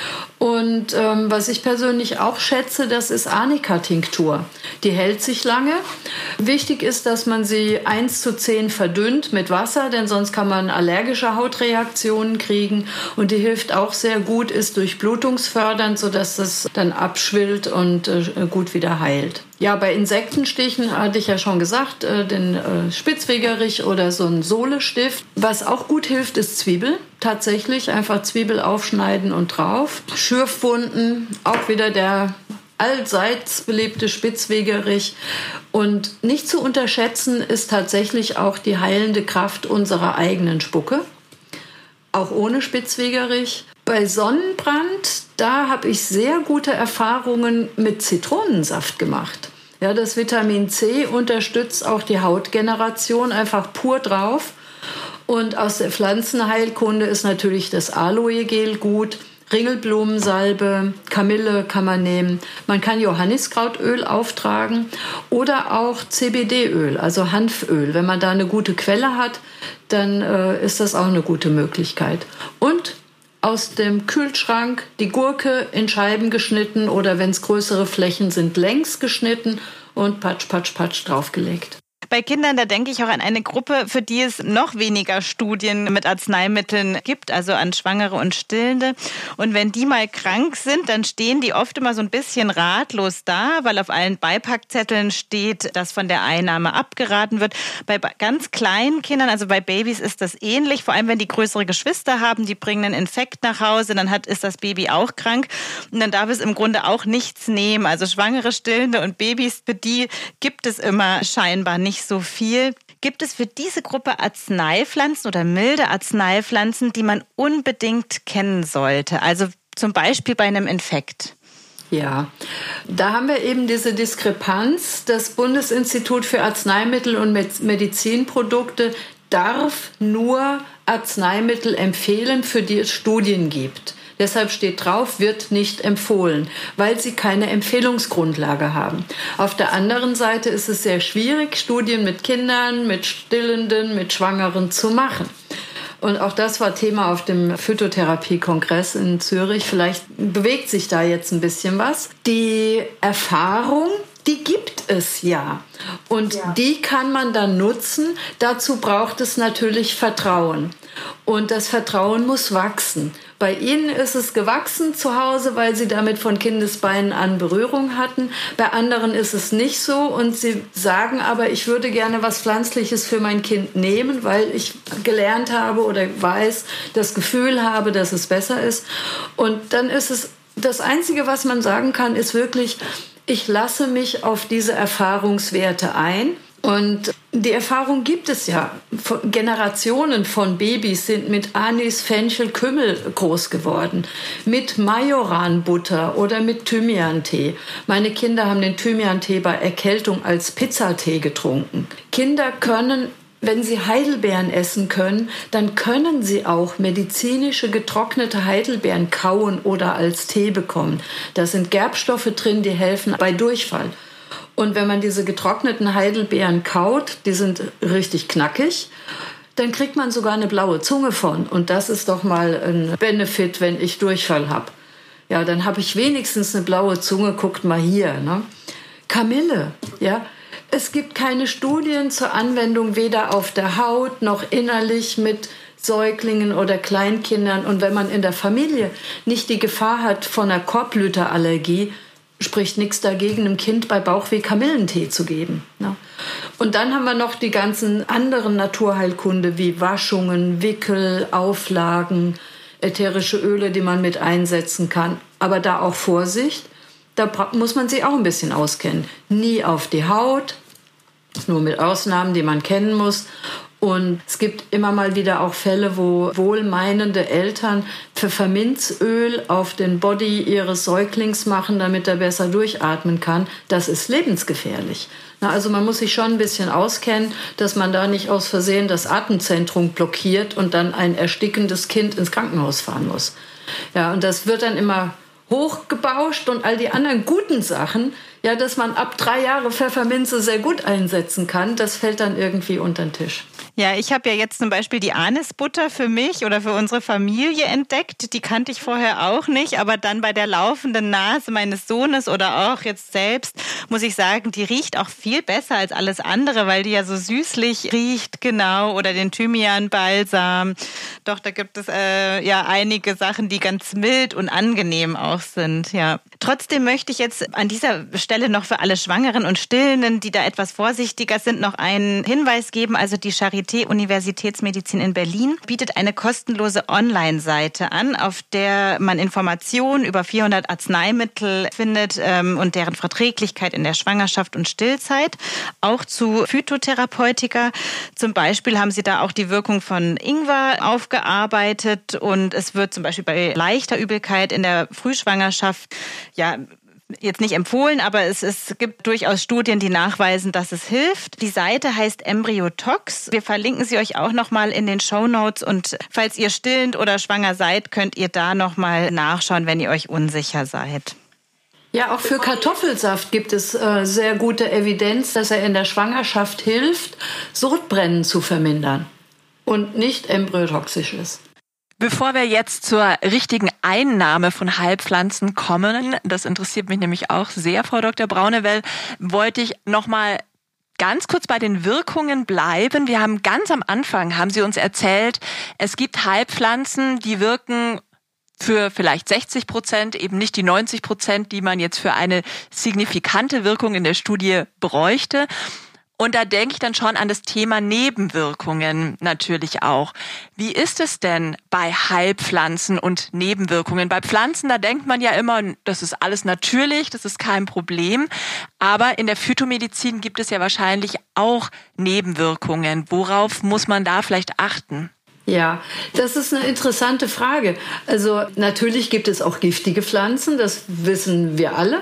Und ähm, was ich persönlich auch schätze, das ist Arnika-Tinktur. Die hält sich lange. Wichtig ist, dass man sie eins zu zehn verdünnt mit Wasser, denn sonst kann man allergische Hautreaktionen kriegen. Und die hilft auch sehr gut, ist durchblutungsfördernd, sodass das dann abschwillt und äh, gut wieder heilt. Ja, bei Insektenstichen hatte ich ja schon gesagt, äh, den äh, Spitzwegerich oder so ein Sohlestift. Was auch gut hilft, ist Zwiebel. Tatsächlich einfach Zwiebel aufschneiden und drauf. Schürfwunden, auch wieder der allseits beliebte Spitzwegerich. Und nicht zu unterschätzen ist tatsächlich auch die heilende Kraft unserer eigenen Spucke. Auch ohne Spitzwegerich. Bei Sonnenbrand, da habe ich sehr gute Erfahrungen mit Zitronensaft gemacht. Ja, das Vitamin C unterstützt auch die Hautgeneration einfach pur drauf. Und aus der Pflanzenheilkunde ist natürlich das Aloe-Gel gut. Ringelblumensalbe, Kamille kann man nehmen. Man kann Johanniskrautöl auftragen oder auch C B D-Öl, also Hanföl. Wenn man da eine gute Quelle hat, dann äh, ist das auch eine gute Möglichkeit. Und aus dem Kühlschrank die Gurke in Scheiben geschnitten oder wenn es größere Flächen sind, längs geschnitten und patsch, patsch, patsch draufgelegt. Bei Kindern, da denke ich auch an eine Gruppe, für die es noch weniger Studien mit Arzneimitteln gibt, also an Schwangere und Stillende. Und wenn die mal krank sind, dann stehen die oft immer so ein bisschen ratlos da, weil auf allen Beipackzetteln steht, dass von der Einnahme abgeraten wird. Bei ganz kleinen Kindern, also bei Babys, ist das ähnlich. Vor allem, wenn die größere Geschwister haben, die bringen einen Infekt nach Hause, dann hat, ist das Baby auch krank. Und dann darf es im Grunde auch nichts nehmen. Also Schwangere, Stillende und Babys, für die gibt es immer scheinbar nicht so viel. Gibt es für diese Gruppe Arzneipflanzen oder milde Arzneipflanzen, die man unbedingt kennen sollte? Also zum Beispiel bei einem Infekt. Ja, da haben wir eben diese Diskrepanz. Das Bundesinstitut für Arzneimittel und Medizinprodukte darf nur Arzneimittel empfehlen, für die es Studien gibt. Deshalb steht drauf, wird nicht empfohlen, weil sie keine Empfehlungsgrundlage haben. Auf der anderen Seite ist es sehr schwierig, Studien mit Kindern, mit Stillenden, mit Schwangeren zu machen. Und auch das war Thema auf dem Phytotherapie-Kongress in Zürich. Vielleicht bewegt sich da jetzt ein bisschen was. Die Erfahrung, die gibt es ja. Und ja. die kann man dann nutzen. Dazu braucht es natürlich Vertrauen. Und das Vertrauen muss wachsen. Bei Ihnen ist es gewachsen zu Hause, weil Sie damit von Kindesbeinen an Berührung hatten. Bei anderen ist es nicht so. Und Sie sagen aber, ich würde gerne was Pflanzliches für mein Kind nehmen, weil ich gelernt habe oder weiß, das Gefühl habe, dass es besser ist. Und dann ist es, das Einzige, was man sagen kann, ist wirklich, ich lasse mich auf diese Erfahrungswerte ein. Und die Erfahrung gibt es ja. Generationen von Babys sind mit Anis, Fenchel, Kümmel groß geworden. Mit Majoranbutter oder mit Thymian-Tee. Meine Kinder haben den Thymian-Tee bei Erkältung als Pizzatee getrunken. Kinder können, wenn sie Heidelbeeren essen können, dann können sie auch medizinische getrocknete Heidelbeeren kauen oder als Tee bekommen. Da sind Gerbstoffe drin, die helfen bei Durchfall. Und wenn man diese getrockneten Heidelbeeren kaut, die sind richtig knackig, dann kriegt man sogar eine blaue Zunge von. Und das ist doch mal ein Benefit, wenn ich Durchfall habe. Ja, dann habe ich wenigstens eine blaue Zunge, guckt mal hier. Ne? Kamille, ja. Es gibt keine Studien zur Anwendung, weder auf der Haut noch innerlich mit Säuglingen oder Kleinkindern. Und wenn man in der Familie nicht die Gefahr hat von einer Korbblüterallergie, spricht nichts dagegen, einem Kind bei Bauchweh Kamillentee zu geben. Ne? Und dann haben wir noch die ganzen anderen Naturheilkunde wie Waschungen, Wickel, Auflagen, ätherische Öle, die man mit einsetzen kann. Aber da auch Vorsicht, da muss man sich auch ein bisschen auskennen. Nie auf die Haut, nur mit Ausnahmen, die man kennen muss. Und es gibt immer mal wieder auch Fälle, wo wohlmeinende Eltern Pfefferminzöl auf den Body ihres Säuglings machen, damit er besser durchatmen kann. Das ist lebensgefährlich. Na, also man muss sich schon ein bisschen auskennen, dass man da nicht aus Versehen das Atemzentrum blockiert und dann ein erstickendes Kind ins Krankenhaus fahren muss. Ja, und das wird dann immer hochgebauscht und all die anderen guten Sachen, ja, dass man ab drei Jahre Pfefferminze sehr gut einsetzen kann, das fällt dann irgendwie unter den Tisch. Ja, ich habe ja jetzt zum Beispiel die Anisbutter für mich oder für unsere Familie entdeckt. Die kannte ich vorher auch nicht, aber dann bei der laufenden Nase meines Sohnes oder auch jetzt selbst, muss ich sagen, die riecht auch viel besser als alles andere, weil die ja so süßlich riecht, genau, oder den Thymian-Balsam. Doch, da gibt es äh, ja einige Sachen, die ganz mild und angenehm auch sind, ja. Trotzdem möchte ich jetzt an dieser Stelle noch für alle Schwangeren und Stillenden, die da etwas vorsichtiger sind, noch einen Hinweis geben. Also die Charité Universitätsmedizin in Berlin bietet eine kostenlose Online-Seite an, auf der man Informationen über vierhundert Arzneimittel findet ähm, und deren Verträglichkeit in der Schwangerschaft und Stillzeit. Auch zu Phytotherapeutika. Zum Beispiel haben sie da auch die Wirkung von Ingwer aufgearbeitet und es wird zum Beispiel bei leichter Übelkeit in der Frühschwangerschaft ja jetzt nicht empfohlen, aber es, es gibt durchaus Studien, die nachweisen, dass es hilft. Die Seite heißt Embryotox. Wir verlinken sie euch auch nochmal in den Shownotes und falls ihr stillend oder schwanger seid, könnt ihr da nochmal nachschauen, wenn ihr euch unsicher seid. Ja, auch für Kartoffelsaft gibt es äh, sehr gute Evidenz, dass er in der Schwangerschaft hilft, Sodbrennen zu vermindern und nicht embryotoxisch ist. Bevor wir jetzt zur richtigen Einnahme von Heilpflanzen kommen, das interessiert mich nämlich auch sehr, Frau Doktor Braunewell, wollte ich noch mal ganz kurz bei den Wirkungen bleiben. Wir haben ganz am Anfang, haben Sie uns erzählt, es gibt Heilpflanzen, die wirken für vielleicht sechzig Prozent, eben nicht die neunzig Prozent, die man jetzt für eine signifikante Wirkung in der Studie bräuchte. Und da denke ich dann schon an das Thema Nebenwirkungen natürlich auch. Wie ist es denn bei Heilpflanzen und Nebenwirkungen? Bei Pflanzen, da denkt man ja immer, das ist alles natürlich, das ist kein Problem. Aber in der Phytomedizin gibt es ja wahrscheinlich auch Nebenwirkungen. Worauf muss man da vielleicht achten? Ja, das ist eine interessante Frage. Also natürlich gibt es auch giftige Pflanzen, das wissen wir alle.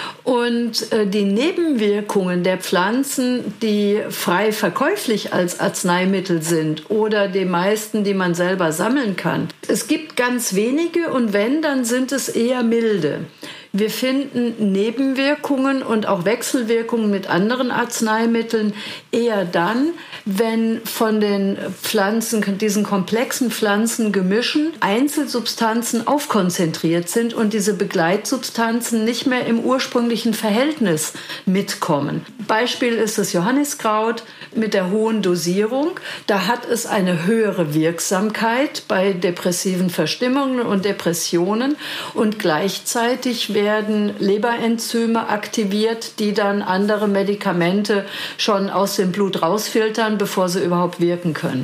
Und äh, die Nebenwirkungen der Pflanzen, die frei verkäuflich als Arzneimittel sind oder die meisten, die man selber sammeln kann, es gibt ganz wenige und wenn, dann sind es eher milde. Wir finden Nebenwirkungen und auch Wechselwirkungen mit anderen Arzneimitteln eher dann, wenn von den Pflanzen, diesen komplexen Pflanzengemischen Einzelsubstanzen aufkonzentriert sind und diese Begleitsubstanzen nicht mehr im ursprünglichen Verhältnis mitkommen. Beispiel ist das Johanniskraut mit der hohen Dosierung. Da hat es eine höhere Wirksamkeit bei depressiven Verstimmungen und Depressionen und gleichzeitig werden Leberenzyme aktiviert, die dann andere Medikamente schon aus dem Blut rausfiltern, bevor sie überhaupt wirken können.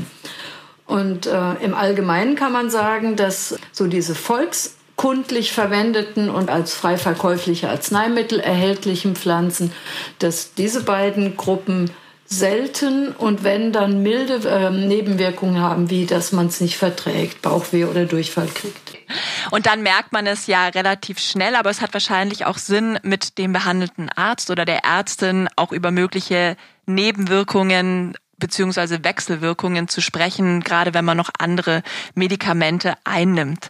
Und äh, im Allgemeinen kann man sagen, dass so diese volkskundlich verwendeten und als frei verkäufliche Arzneimittel erhältlichen Pflanzen, dass diese beiden Gruppen selten und wenn dann milde äh, Nebenwirkungen haben, wie dass man es nicht verträgt, Bauchweh oder Durchfall kriegt. Und dann merkt man es ja relativ schnell, aber es hat wahrscheinlich auch Sinn, mit dem behandelnden Arzt oder der Ärztin auch über mögliche Nebenwirkungen beziehungsweise Wechselwirkungen zu sprechen, gerade wenn man noch andere Medikamente einnimmt.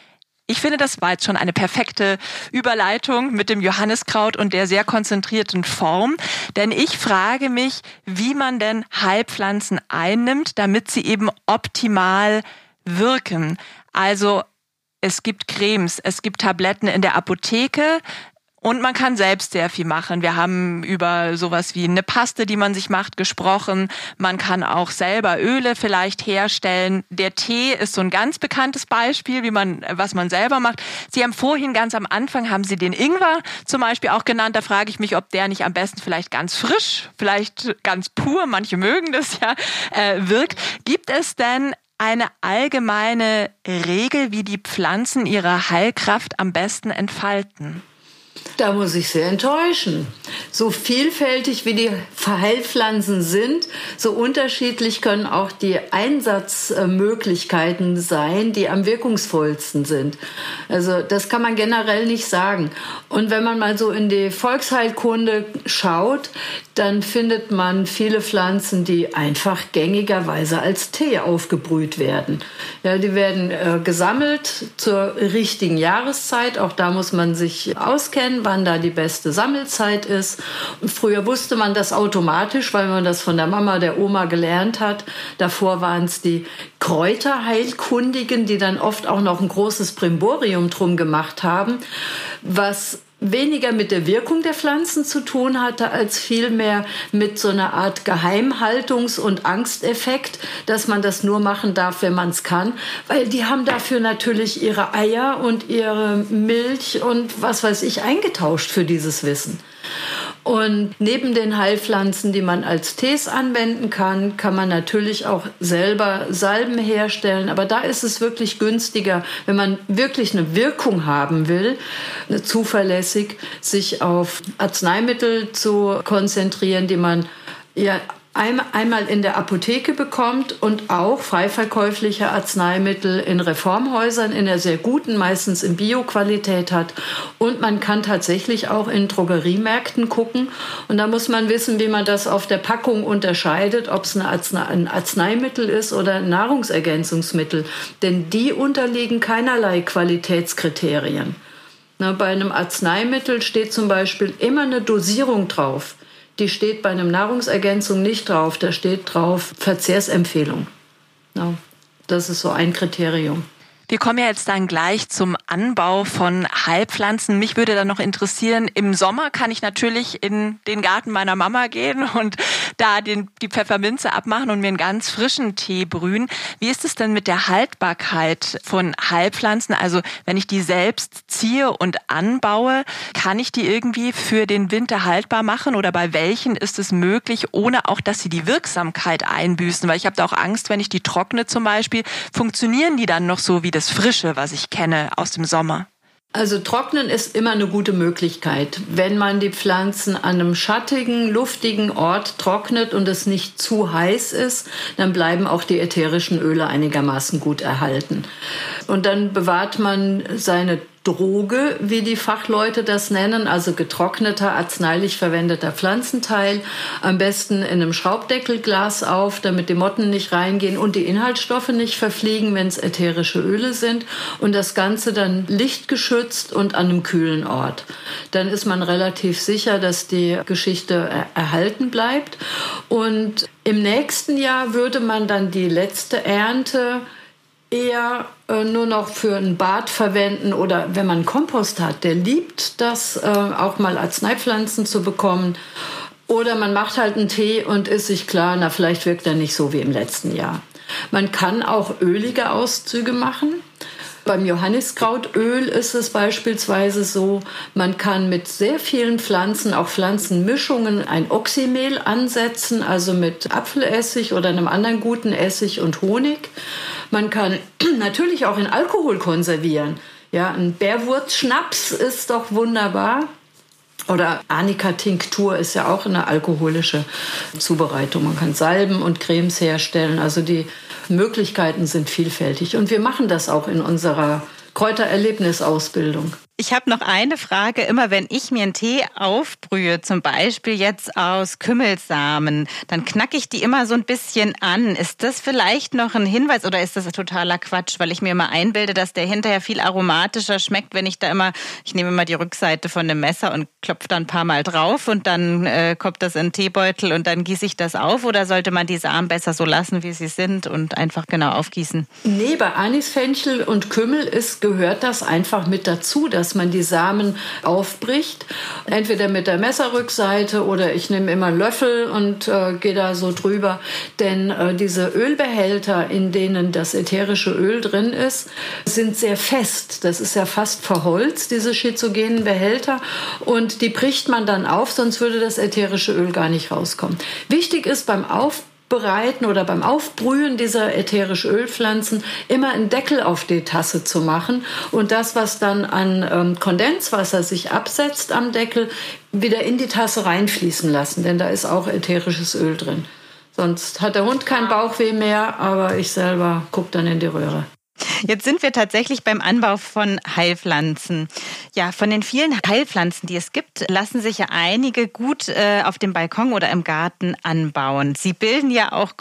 Ich finde, das war jetzt schon eine perfekte Überleitung mit dem Johanniskraut und der sehr konzentrierten Form. Denn ich frage mich, wie man denn Heilpflanzen einnimmt, damit sie eben optimal wirken. Also es gibt Cremes, es gibt Tabletten in der Apotheke. Und man kann selbst sehr viel machen. Wir haben über sowas wie eine Paste, die man sich macht, gesprochen. Man kann auch selber Öle vielleicht herstellen. Der Tee ist so ein ganz bekanntes Beispiel, wie man, was man selber macht. Sie haben vorhin ganz am Anfang, haben Sie den Ingwer zum Beispiel auch genannt. Da frage ich mich, ob der nicht am besten vielleicht ganz frisch, vielleicht ganz pur, manche mögen das ja, äh, wirkt. Gibt es denn eine allgemeine Regel, wie die Pflanzen ihre Heilkraft am besten entfalten? Da muss ich sehr enttäuschen. So vielfältig wie die Heilpflanzen sind, so unterschiedlich können auch die Einsatzmöglichkeiten sein, die am wirkungsvollsten sind. Also das kann man generell nicht sagen. Und wenn man mal so in die Volksheilkunde schaut, dann findet man viele Pflanzen, die einfach gängigerweise als Tee aufgebrüht werden. Ja, die werden äh, gesammelt zur richtigen Jahreszeit. Auch da muss man sich auskennen, wann da die beste Sammelzeit ist. Und früher wusste man das automatisch, weil man das von der Mama, der Oma gelernt hat. Davor waren es die Kräuterheilkundigen, die dann oft auch noch ein großes Brimborium drum gemacht haben, was weniger mit der Wirkung der Pflanzen zu tun hatte, als vielmehr mit so einer Art Geheimhaltungs- und Angsteffekt, dass man das nur machen darf, wenn man es kann. Weil die haben dafür natürlich ihre Eier und ihre Milch und was weiß ich eingetauscht für dieses Wissen. Und neben den Heilpflanzen, die man als Tees anwenden kann, kann man natürlich auch selber Salben herstellen. Aber da ist es wirklich günstiger, wenn man wirklich eine Wirkung haben will, zuverlässig, sich auf Arzneimittel zu konzentrieren, die man ja einmal in der Apotheke bekommt und auch frei verkäufliche Arzneimittel in Reformhäusern in der sehr guten, meistens in Bio-Qualität hat. Und man kann tatsächlich auch in Drogeriemärkten gucken. Und da muss man wissen, wie man das auf der Packung unterscheidet, ob es ein Arzneimittel ist oder ein Nahrungsergänzungsmittel. Denn die unterliegen keinerlei Qualitätskriterien. Na, bei einem Arzneimittel steht zum Beispiel immer eine Dosierung drauf. Die steht bei einem Nahrungsergänzung nicht drauf. Da steht drauf Verzehrsempfehlung. Ja, das ist so ein Kriterium. Wir kommen ja jetzt dann gleich zum Anbau von Heilpflanzen. Mich würde dann noch interessieren, im Sommer kann ich natürlich in den Garten meiner Mama gehen und da den, die Pfefferminze abmachen und mir einen ganz frischen Tee brühen. Wie ist es denn mit der Haltbarkeit von Heilpflanzen? Also wenn ich die selbst ziehe und anbaue, kann ich die irgendwie für den Winter haltbar machen oder bei welchen ist es möglich, ohne auch, dass sie die Wirksamkeit einbüßen? Weil ich habe da auch Angst, wenn ich die trockne zum Beispiel, funktionieren die dann noch so wie das Frische, was ich kenne aus dem Sommer? Also trocknen ist immer eine gute Möglichkeit. Wenn man die Pflanzen an einem schattigen, luftigen Ort trocknet und es nicht zu heiß ist, dann bleiben auch die ätherischen Öle einigermaßen gut erhalten. Und dann bewahrt man seine Droge, wie die Fachleute das nennen, also getrockneter, arzneilich verwendeter Pflanzenteil, am besten in einem Schraubdeckelglas auf, damit die Motten nicht reingehen und die Inhaltsstoffe nicht verfliegen, wenn es ätherische Öle sind, und das Ganze dann lichtgeschützt und an einem kühlen Ort. Dann ist man relativ sicher, dass die Geschichte erhalten bleibt. Und im nächsten Jahr würde man dann die letzte Ernte eher äh, nur noch für ein Bad verwenden, oder wenn man Kompost hat, der liebt das, äh, auch mal Arzneipflanzen zu bekommen. Oder man macht halt einen Tee und ist sich klar, na, vielleicht wirkt er nicht so wie im letzten Jahr. Man kann auch ölige Auszüge machen. Beim Johanniskrautöl ist es beispielsweise so, man kann mit sehr vielen Pflanzen, auch Pflanzenmischungen, ein Oxymehl ansetzen, also mit Apfelessig oder einem anderen guten Essig und Honig. Man kann natürlich auch in Alkohol konservieren. Ja, ein Bärwurzschnaps ist doch wunderbar. Oder Arnika-Tinktur ist ja auch eine alkoholische Zubereitung. Man kann Salben und Cremes herstellen. Also die Möglichkeiten sind vielfältig. Und wir machen das auch in unserer Kräutererlebnisausbildung. Ich habe noch eine Frage. Immer wenn ich mir einen Tee aufbrühe, zum Beispiel jetzt aus Kümmelsamen, dann knacke ich die immer so ein bisschen an. Ist das vielleicht noch ein Hinweis oder ist das totaler Quatsch? Weil ich mir immer einbilde, dass der hinterher viel aromatischer schmeckt, wenn ich da immer, ich nehme immer die Rückseite von dem Messer und klopfe da ein paar Mal drauf und dann äh, kommt das in den Teebeutel und dann gieße ich das auf, oder sollte man die Samen besser so lassen, wie sie sind und einfach genau aufgießen? Nee, bei Anis, Fenchel und Kümmel ist, gehört das einfach mit dazu, dass man die Samen aufbricht, entweder mit der Messerrückseite oder ich nehme immer einen Löffel und äh, gehe da so drüber. Denn äh, diese Ölbehälter, in denen das ätherische Öl drin ist, sind sehr fest. Das ist ja fast verholzt, diese schizogenen Behälter. Und die bricht man dann auf, sonst würde das ätherische Öl gar nicht rauskommen. Wichtig ist beim Aufbrechen, Bereiten oder beim Aufbrühen dieser ätherischen Ölpflanzen immer einen Deckel auf die Tasse zu machen und das, was dann an ähm, Kondenswasser sich absetzt am Deckel, wieder in die Tasse reinfließen lassen, denn da ist auch ätherisches Öl drin. Sonst hat der Hund keinen Bauchweh mehr, aber ich selber gucke dann in die Röhre. Jetzt sind wir tatsächlich beim Anbau von Heilpflanzen. Ja, von den vielen Heilpflanzen, die es gibt, lassen sich ja einige gut äh, auf dem Balkon oder im Garten anbauen. Sie bilden ja auch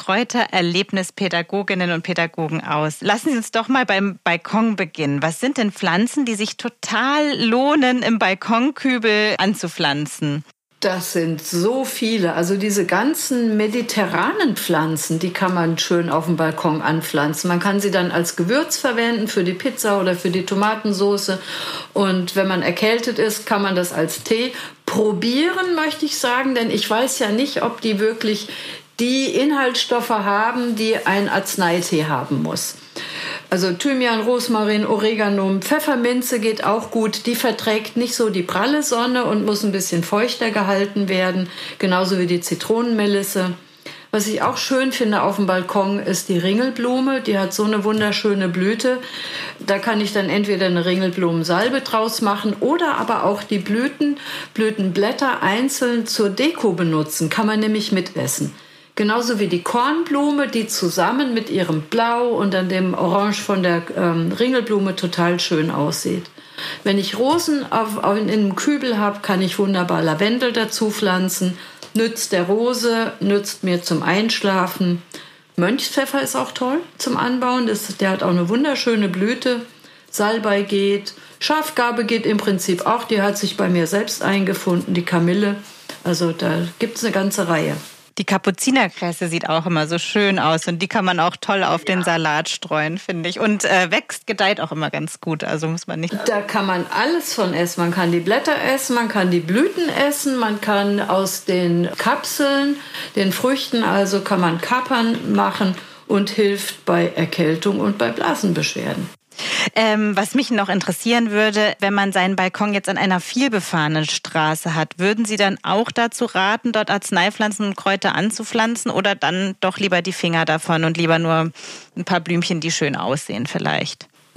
Kräutererlebnispädagoginnen und Pädagogen aus. Lassen Sie uns doch mal beim Balkon beginnen. Was sind denn Pflanzen, die sich total lohnen, im Balkonkübel anzupflanzen? Das sind so viele. Also diese ganzen mediterranen Pflanzen, die kann man schön auf dem Balkon anpflanzen. Man kann sie dann als Gewürz verwenden für die Pizza oder für die Tomatensauce. Und wenn man erkältet ist, kann man das als Tee probieren, möchte ich sagen. Denn ich weiß ja nicht, ob die wirklich die Inhaltsstoffe haben, die ein Arzneitee haben muss. Also Thymian, Rosmarin, Oregano, Pfefferminze geht auch gut. Die verträgt nicht so die pralle Sonne und muss ein bisschen feuchter gehalten werden. Genauso wie die Zitronenmelisse. Was ich auch schön finde auf dem Balkon ist die Ringelblume. Die hat so eine wunderschöne Blüte. Da kann ich dann entweder eine Ringelblumensalbe draus machen oder aber auch die Blüten, Blütenblätter einzeln zur Deko benutzen. Kann man nämlich mitessen. Genauso wie die Kornblume, die zusammen mit ihrem Blau und dann dem Orange von der ähm, Ringelblume total schön aussieht. Wenn ich Rosen auf, auf, in einem Kübel habe, kann ich wunderbar Lavendel dazu pflanzen. Nützt der Rose, nützt mir zum Einschlafen. Mönchspfeffer ist auch toll zum Anbauen. Das, der hat auch eine wunderschöne Blüte. Salbei geht. Schafgarbe geht im Prinzip auch. Die hat sich bei mir selbst eingefunden. Die Kamille. Also da gibt es eine ganze Reihe. Die Kapuzinerkresse sieht auch immer so schön aus und die kann man auch toll auf den Salat streuen, finde ich. Und äh, wächst, gedeiht auch immer ganz gut, also muss man nicht... Da kann man alles von essen. Man kann die Blätter essen, man kann die Blüten essen, man kann aus den Kapseln, den Früchten, also kann man Kapern machen und hilft bei Erkältung und bei Blasenbeschwerden. Ähm, was mich noch interessieren würde, wenn man seinen Balkon jetzt an einer vielbefahrenen Straße hat, würden Sie dann auch dazu raten, dort Arzneipflanzen und Kräuter anzupflanzen oder dann doch lieber die Finger davon und lieber nur ein paar Blümchen, die schön aussehen vielleicht?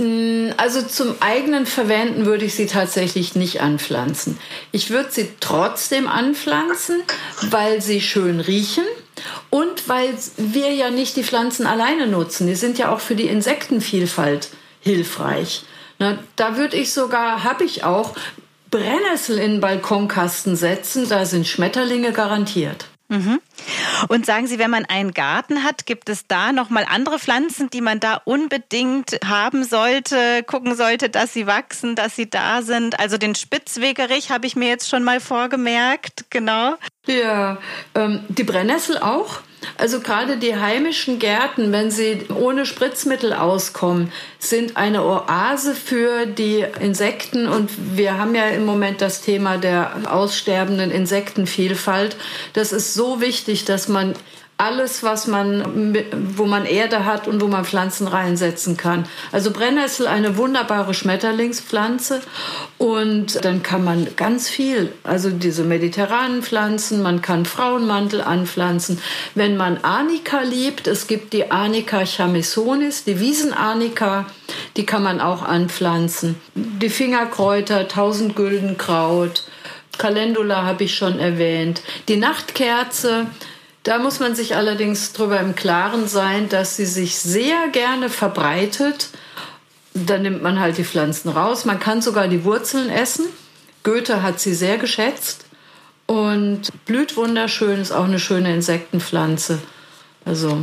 Also zum eigenen Verwenden würde ich sie tatsächlich nicht anpflanzen. Ich würde sie trotzdem anpflanzen, weil sie schön riechen und weil wir ja nicht die Pflanzen alleine nutzen. Die sind ja auch für die Insektenvielfalt hilfreich. Na, da würde ich sogar, habe ich auch, Brennnessel in den Balkonkasten setzen. Da sind Schmetterlinge garantiert. Mhm. Und sagen Sie, wenn man einen Garten hat, gibt es da noch mal andere Pflanzen, die man da unbedingt haben sollte, gucken sollte, dass sie wachsen, dass sie da sind? Also den Spitzwegerich habe ich mir jetzt schon mal vorgemerkt, genau. Ja, ähm, die Brennnessel auch. Also gerade die heimischen Gärten, wenn sie ohne Spritzmittel auskommen, sind eine Oase für die Insekten. Und wir haben ja im Moment das Thema der aussterbenden Insektenvielfalt. Das ist so wichtig, dass man alles, was man, wo man Erde hat und wo man Pflanzen reinsetzen kann. Also Brennnessel, eine wunderbare Schmetterlingspflanze. Und dann kann man ganz viel, also diese mediterranen Pflanzen, man kann Frauenmantel anpflanzen. Wenn man Arnika liebt, es gibt die Arnika chamisonis, die Wiesenarnika, die kann man auch anpflanzen. Die Fingerkräuter, Tausendgüldenkraut, Calendula habe ich schon erwähnt. Die Nachtkerze. Da muss man sich allerdings darüber im Klaren sein, dass sie sich sehr gerne verbreitet. Da nimmt man halt die Pflanzen raus. Man kann sogar die Wurzeln essen. Goethe hat sie sehr geschätzt. Und blüht wunderschön, ist auch eine schöne Insektenpflanze. Also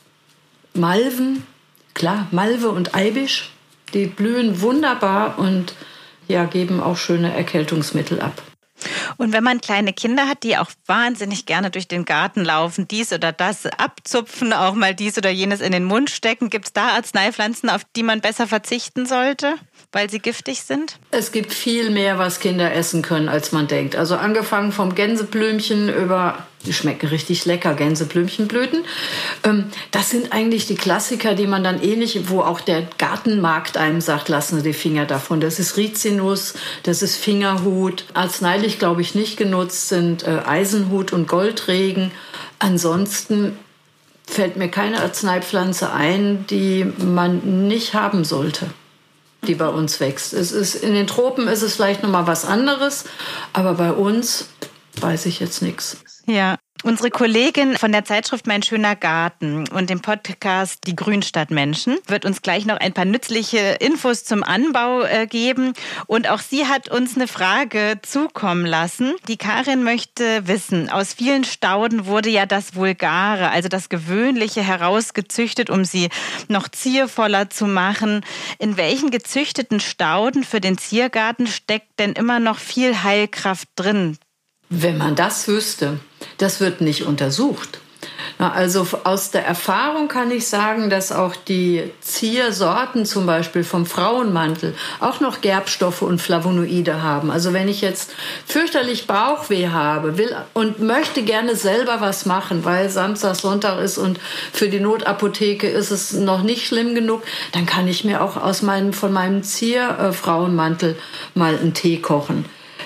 Malven, klar, Malve und Eibisch, die blühen wunderbar und ja, geben auch schöne Erkältungsmittel ab. Und wenn man kleine Kinder hat, die auch wahnsinnig gerne durch den Garten laufen, dies oder das abzupfen, auch mal dies oder jenes in den Mund stecken, gibt es da Arzneipflanzen, auf die man besser verzichten sollte, weil sie giftig sind? Es gibt viel mehr, was Kinder essen können, als man denkt. Also angefangen vom Gänseblümchen über, die schmecken richtig lecker, Gänseblümchenblüten. Das sind eigentlich die Klassiker, die man dann ähnlich, wo auch der Gartenmarkt einem sagt, lassen Sie die Finger davon. Das ist Rizinus, das ist Fingerhut. Arzneilich, glaube ich, nicht genutzt sind Eisenhut und Goldregen. Ansonsten fällt mir keine Arzneipflanze ein, die man nicht haben sollte, die bei uns wächst. Es ist, in den Tropen ist es vielleicht noch mal was anderes, aber bei uns weiß ich jetzt nichts. Ja, unsere Kollegin von der Zeitschrift Mein schöner Garten und dem Podcast Die Grünstadtmenschen wird uns gleich noch ein paar nützliche Infos zum Anbau äh, geben. Und auch sie hat uns eine Frage zukommen lassen. Die Karin möchte wissen, aus vielen Stauden wurde ja das Vulgare, also das Gewöhnliche, herausgezüchtet, um sie noch ziervoller zu machen. In welchen gezüchteten Stauden für den Ziergarten steckt denn immer noch viel Heilkraft drin? Wenn man das wüsste, das wird nicht untersucht. Also aus der Erfahrung kann ich sagen, dass auch die Ziersorten zum Beispiel vom Frauenmantel auch noch Gerbstoffe und Flavonoide haben. Also wenn ich jetzt fürchterlich Bauchweh habe will und möchte gerne selber was machen, weil Samstag, Sonntag ist und für die Notapotheke ist es noch nicht schlimm genug, dann kann ich mir auch aus meinem, von meinem Zierfrauenmantel mal einen Tee kochen.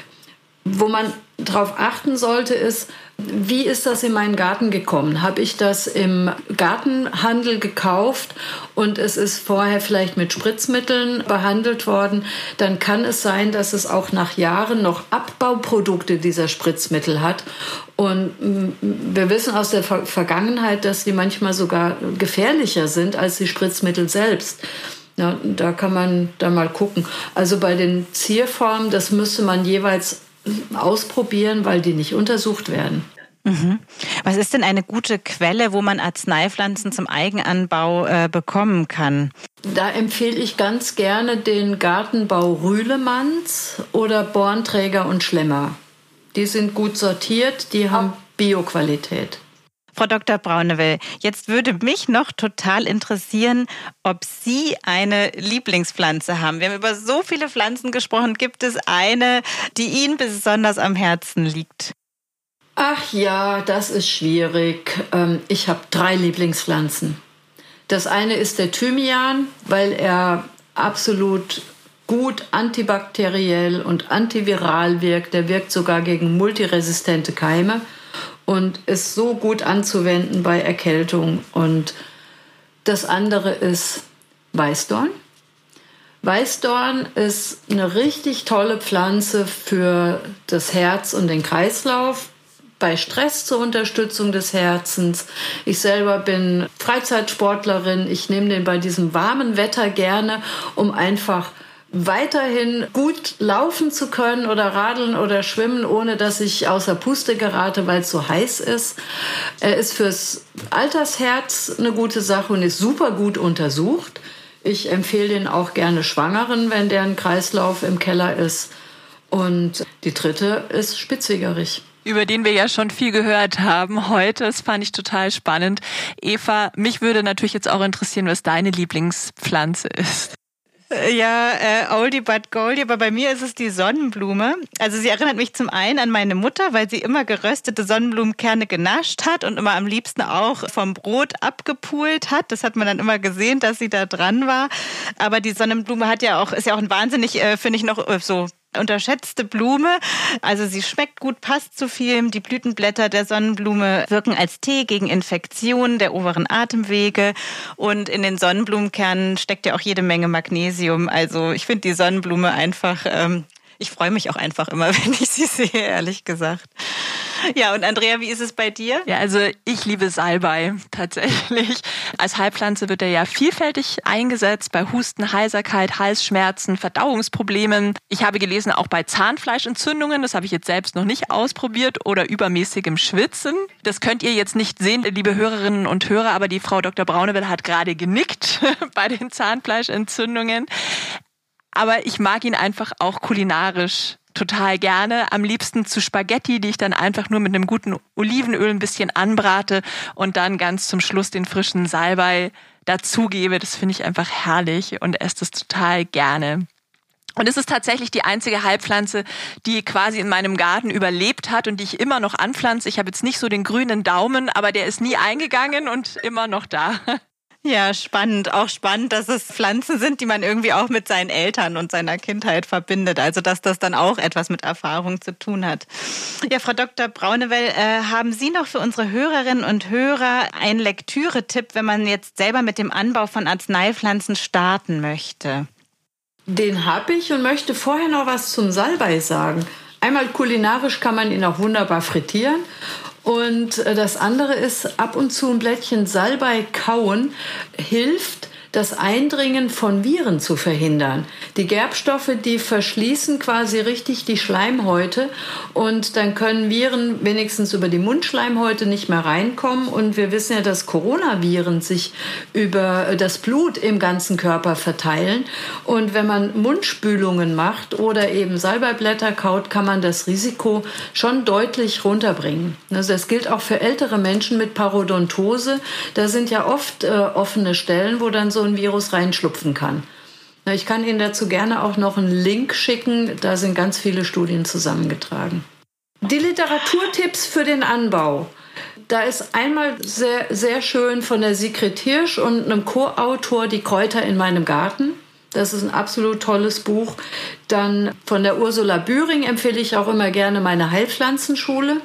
Wo man darauf achten sollte, ist, wie ist das in meinen Garten gekommen? Habe ich das im Gartenhandel gekauft und es ist vorher vielleicht mit Spritzmitteln behandelt worden? Dann kann es sein, dass es auch nach Jahren noch Abbauprodukte dieser Spritzmittel hat. Und wir wissen aus der Vergangenheit, dass die manchmal sogar gefährlicher sind als die Spritzmittel selbst. Ja, da kann man dann mal gucken. Also bei den Zierformen, das müsste man jeweils ausprobieren, weil die nicht untersucht werden. Mhm. Was ist denn eine gute Quelle, wo man Arzneipflanzen zum Eigenanbau äh, bekommen kann? Da empfehle ich ganz gerne den Gartenbau Rühlemanns oder Bornträger und Schlemmer. Die sind gut sortiert, die haben Bioqualität. Frau Doktor Braunewell, jetzt würde mich noch total interessieren, ob Sie eine Lieblingspflanze haben. Wir haben über so viele Pflanzen gesprochen. Gibt es eine, die Ihnen besonders am Herzen liegt? Ach ja, das ist schwierig. Ich habe drei Lieblingspflanzen. Das eine ist der Thymian, weil er absolut gut antibakteriell und antiviral wirkt. Der wirkt sogar gegen multiresistente Keime und ist so gut anzuwenden bei Erkältung. Und das andere ist Weißdorn. Weißdorn ist eine richtig tolle Pflanze für das Herz und den Kreislauf, bei Stress zur Unterstützung des Herzens. Ich selber bin Freizeitsportlerin. Ich nehme den bei diesem warmen Wetter gerne, um einfach weiterhin gut laufen zu können oder radeln oder schwimmen, ohne dass ich außer Puste gerate, weil es so heiß ist. Er ist fürs Altersherz eine gute Sache und ist super gut untersucht. Ich empfehle den auch gerne Schwangeren, wenn deren Kreislauf im Keller ist. Und die dritte ist Spitzwegerich, über den wir ja schon viel gehört haben heute. Das fand ich total spannend. Eva, mich würde natürlich jetzt auch interessieren, was deine Lieblingspflanze ist. Ja, äh, Oldie but Goldie, aber bei mir ist es die Sonnenblume. Also sie erinnert mich zum einen an meine Mutter, weil sie immer geröstete Sonnenblumenkerne genascht hat und immer am liebsten auch vom Brot abgepult hat. Das hat man dann immer gesehen, dass sie da dran war. Aber die Sonnenblume hat ja auch, ist ja auch ein wahnsinnig, äh, finde ich, noch äh, so unterschätzte Blume. Also sie schmeckt gut, passt zu vielem. Die Blütenblätter der Sonnenblume wirken als Tee gegen Infektionen der oberen Atemwege. Und in den Sonnenblumenkernen steckt ja auch jede Menge Magnesium. Also ich finde die Sonnenblume einfach, ähm, ich freue mich auch einfach immer, wenn ich sie sehe, ehrlich gesagt. Ja, und Andrea, wie ist es bei dir? Ja, also ich liebe Salbei tatsächlich. Als Heilpflanze wird er ja vielfältig eingesetzt bei Husten, Heiserkeit, Halsschmerzen, Verdauungsproblemen. Ich habe gelesen, auch bei Zahnfleischentzündungen, das habe ich jetzt selbst noch nicht ausprobiert, oder übermäßigem Schwitzen. Das könnt ihr jetzt nicht sehen, liebe Hörerinnen und Hörer, aber die Frau Doktor Braunewell hat gerade genickt bei den Zahnfleischentzündungen. Aber ich mag ihn einfach auch kulinarisch total gerne. Am liebsten zu Spaghetti, die ich dann einfach nur mit einem guten Olivenöl ein bisschen anbrate und dann ganz zum Schluss den frischen Salbei dazugebe. Das finde ich einfach herrlich und esse das total gerne. Und es ist tatsächlich die einzige Heilpflanze, die quasi in meinem Garten überlebt hat und die ich immer noch anpflanze. Ich habe jetzt nicht so den grünen Daumen, aber der ist nie eingegangen und immer noch da. Ja, spannend. Auch spannend, dass es Pflanzen sind, die man irgendwie auch mit seinen Eltern und seiner Kindheit verbindet. Also, dass das dann auch etwas mit Erfahrung zu tun hat. Ja, Frau Doktor Braunewell, äh, haben Sie noch für unsere Hörerinnen und Hörer einen Lektüre-Tipp, wenn man jetzt selber mit dem Anbau von Arzneipflanzen starten möchte? Den habe ich und möchte vorher noch was zum Salbei sagen. Einmal kulinarisch kann man ihn auch wunderbar frittieren. Und das andere ist, ab und zu ein Blättchen Salbei kauen hilft, das Eindringen von Viren zu verhindern. Die Gerbstoffe, die verschließen quasi richtig die Schleimhäute und dann können Viren wenigstens über die Mundschleimhäute nicht mehr reinkommen. Und wir wissen ja, dass Coronaviren sich über das Blut im ganzen Körper verteilen. Und wenn man Mundspülungen macht oder eben Salbeiblätter kaut, kann man das Risiko schon deutlich runterbringen. Also das gilt auch für ältere Menschen mit Parodontose. Da sind ja oft äh, offene Stellen, wo dann so ein Virus reinschlupfen kann. Ich kann Ihnen dazu gerne auch noch einen Link schicken. Da sind ganz viele Studien zusammengetragen. Die Literaturtipps für den Anbau. Da ist einmal sehr, sehr schön von der Sigrid Hirsch und einem Co-Autor Die Kräuter in meinem Garten. Das ist ein absolut tolles Buch. Dann von der Ursula Bühring empfehle ich auch immer gerne meine Heilpflanzenschule.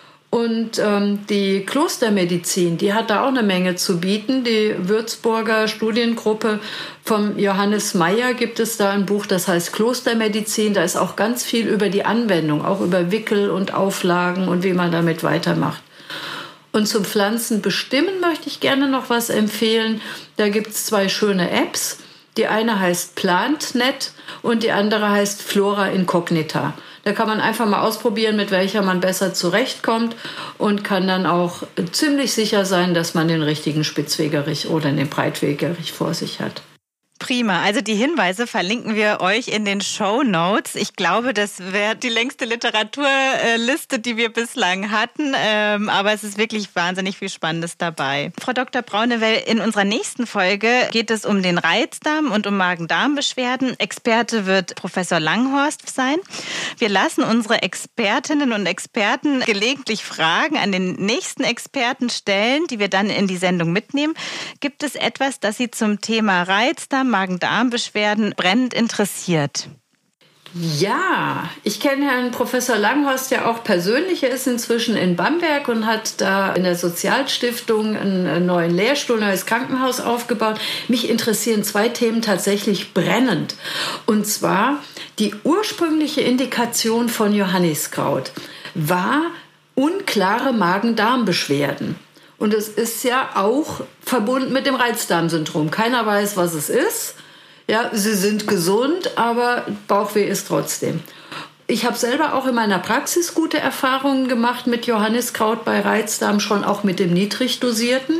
Und ähm, die Klostermedizin, die hat da auch eine Menge zu bieten. Die Würzburger Studiengruppe vom Johannes Meyer gibt es da ein Buch, das heißt Klostermedizin. Da ist auch ganz viel über die Anwendung, auch über Wickel und Auflagen und wie man damit weitermacht. Und zum Pflanzen bestimmen möchte ich gerne noch was empfehlen. Da gibt es zwei schöne Apps. Die eine heißt PlantNet und die andere heißt Flora Incognita. Da kann man einfach mal ausprobieren, mit welcher man besser zurechtkommt und kann dann auch ziemlich sicher sein, dass man den richtigen Spitzwegerich oder den Breitwegerich vor sich hat. Prima. Also die Hinweise verlinken wir euch in den Shownotes. Ich glaube, das wäre die längste Literaturliste, die wir bislang hatten. Aber es ist wirklich wahnsinnig viel Spannendes dabei. Frau Doktor Braunewell, in unserer nächsten Folge geht es um den Reizdarm und um Magen-Darm-Beschwerden. Experte wird Professor Langhorst sein. Wir lassen unsere Expertinnen und Experten gelegentlich Fragen an den nächsten Experten stellen, die wir dann in die Sendung mitnehmen. Gibt es etwas, das Sie zum Thema Reizdarm, Magen-Darm-Beschwerden brennend interessiert? Ja, ich kenne Herrn Professor Langhorst ja auch persönlich. Er ist inzwischen in Bamberg und hat da in der Sozialstiftung einen neuen Lehrstuhl, ein neues Krankenhaus aufgebaut. Mich interessieren zwei Themen tatsächlich brennend. Und zwar die ursprüngliche Indikation von Johanniskraut war unklare Magen-Darm-Beschwerden. Und es ist ja auch verbunden mit dem Reizdarmsyndrom. Keiner weiß, was es ist. Ja, sie sind gesund, aber Bauchweh ist trotzdem. Ich habe selber auch in meiner Praxis gute Erfahrungen gemacht mit Johanniskraut bei Reizdarm, schon auch mit dem niedrig dosierten.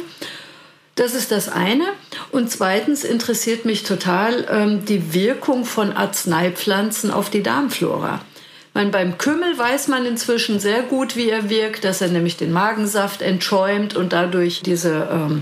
Das ist das eine. Und zweitens interessiert mich total ähm, die Wirkung von Arzneipflanzen auf die Darmflora. Ich meine, beim Kümmel weiß man inzwischen sehr gut, wie er wirkt, dass er nämlich den Magensaft entschäumt und dadurch diese ähm,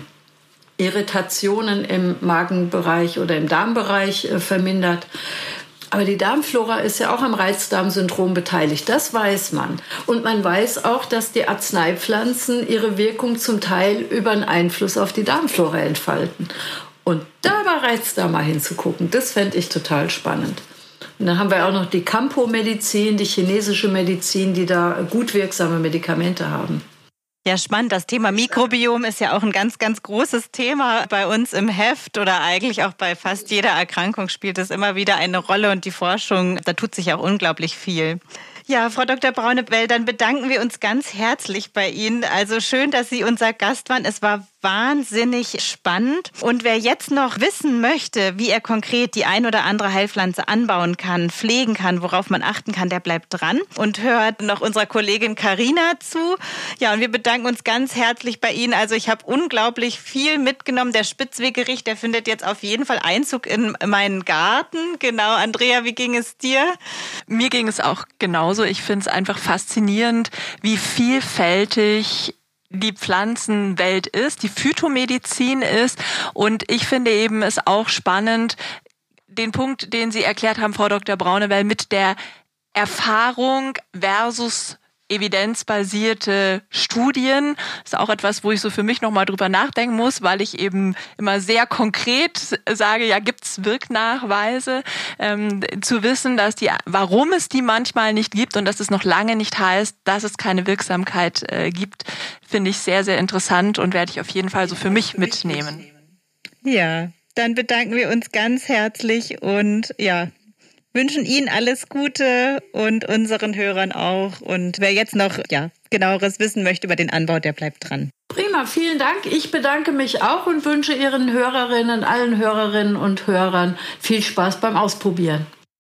Irritationen im Magenbereich oder im Darmbereich äh, vermindert. Aber die Darmflora ist ja auch am Reizdarmsyndrom beteiligt, das weiß man. Und man weiß auch, dass die Arzneipflanzen ihre Wirkung zum Teil über einen Einfluss auf die Darmflora entfalten. Und da bei Reizdarm mal hinzugucken, das fände ich total spannend. Und dann haben wir auch noch die Campo-Medizin, die chinesische Medizin, die da gut wirksame Medikamente haben. Ja, spannend. Das Thema Mikrobiom ist ja auch ein ganz, ganz großes Thema bei uns im Heft oder eigentlich auch bei fast jeder Erkrankung spielt es immer wieder eine Rolle und die Forschung, da tut sich auch unglaublich viel. Ja, Frau Doktor Braunewell, dann bedanken wir uns ganz herzlich bei Ihnen. Also schön, dass Sie unser Gast waren. Es war wahnsinnig spannend. Und wer jetzt noch wissen möchte, wie er konkret die ein oder andere Heilpflanze anbauen kann, pflegen kann, worauf man achten kann, der bleibt dran und hört noch unserer Kollegin Carina zu. Ja, und wir bedanken uns ganz herzlich bei Ihnen. Also ich habe unglaublich viel mitgenommen. Der Spitzwegerich, der findet jetzt auf jeden Fall Einzug in meinen Garten. Genau, Andrea, wie ging es dir? Mir ging es auch genauso. Ich finde es einfach faszinierend, wie vielfältig die Pflanzenwelt ist, die Phytomedizin ist. Und ich finde eben es auch spannend, den Punkt, den Sie erklärt haben, Frau Doktor Braunewell, mit der Erfahrung versus evidenzbasierte Studien. Das ist auch etwas, wo ich so für mich nochmal drüber nachdenken muss, weil ich eben immer sehr konkret sage, ja, gibt's Wirknachweise, ähm, zu wissen, dass die, warum es die manchmal nicht gibt und dass es noch lange nicht heißt, dass es keine Wirksamkeit äh, gibt, finde ich sehr, sehr interessant und werde ich auf jeden Fall so für mich mitnehmen. Ja, dann bedanken wir uns ganz herzlich und ja, wünschen Ihnen alles Gute und unseren Hörern auch. Und wer jetzt noch ja, genaueres wissen möchte über den Anbau, der bleibt dran. Prima, vielen Dank. Ich bedanke mich auch und wünsche Ihren Hörerinnen, allen Hörerinnen und Hörern viel Spaß beim Ausprobieren.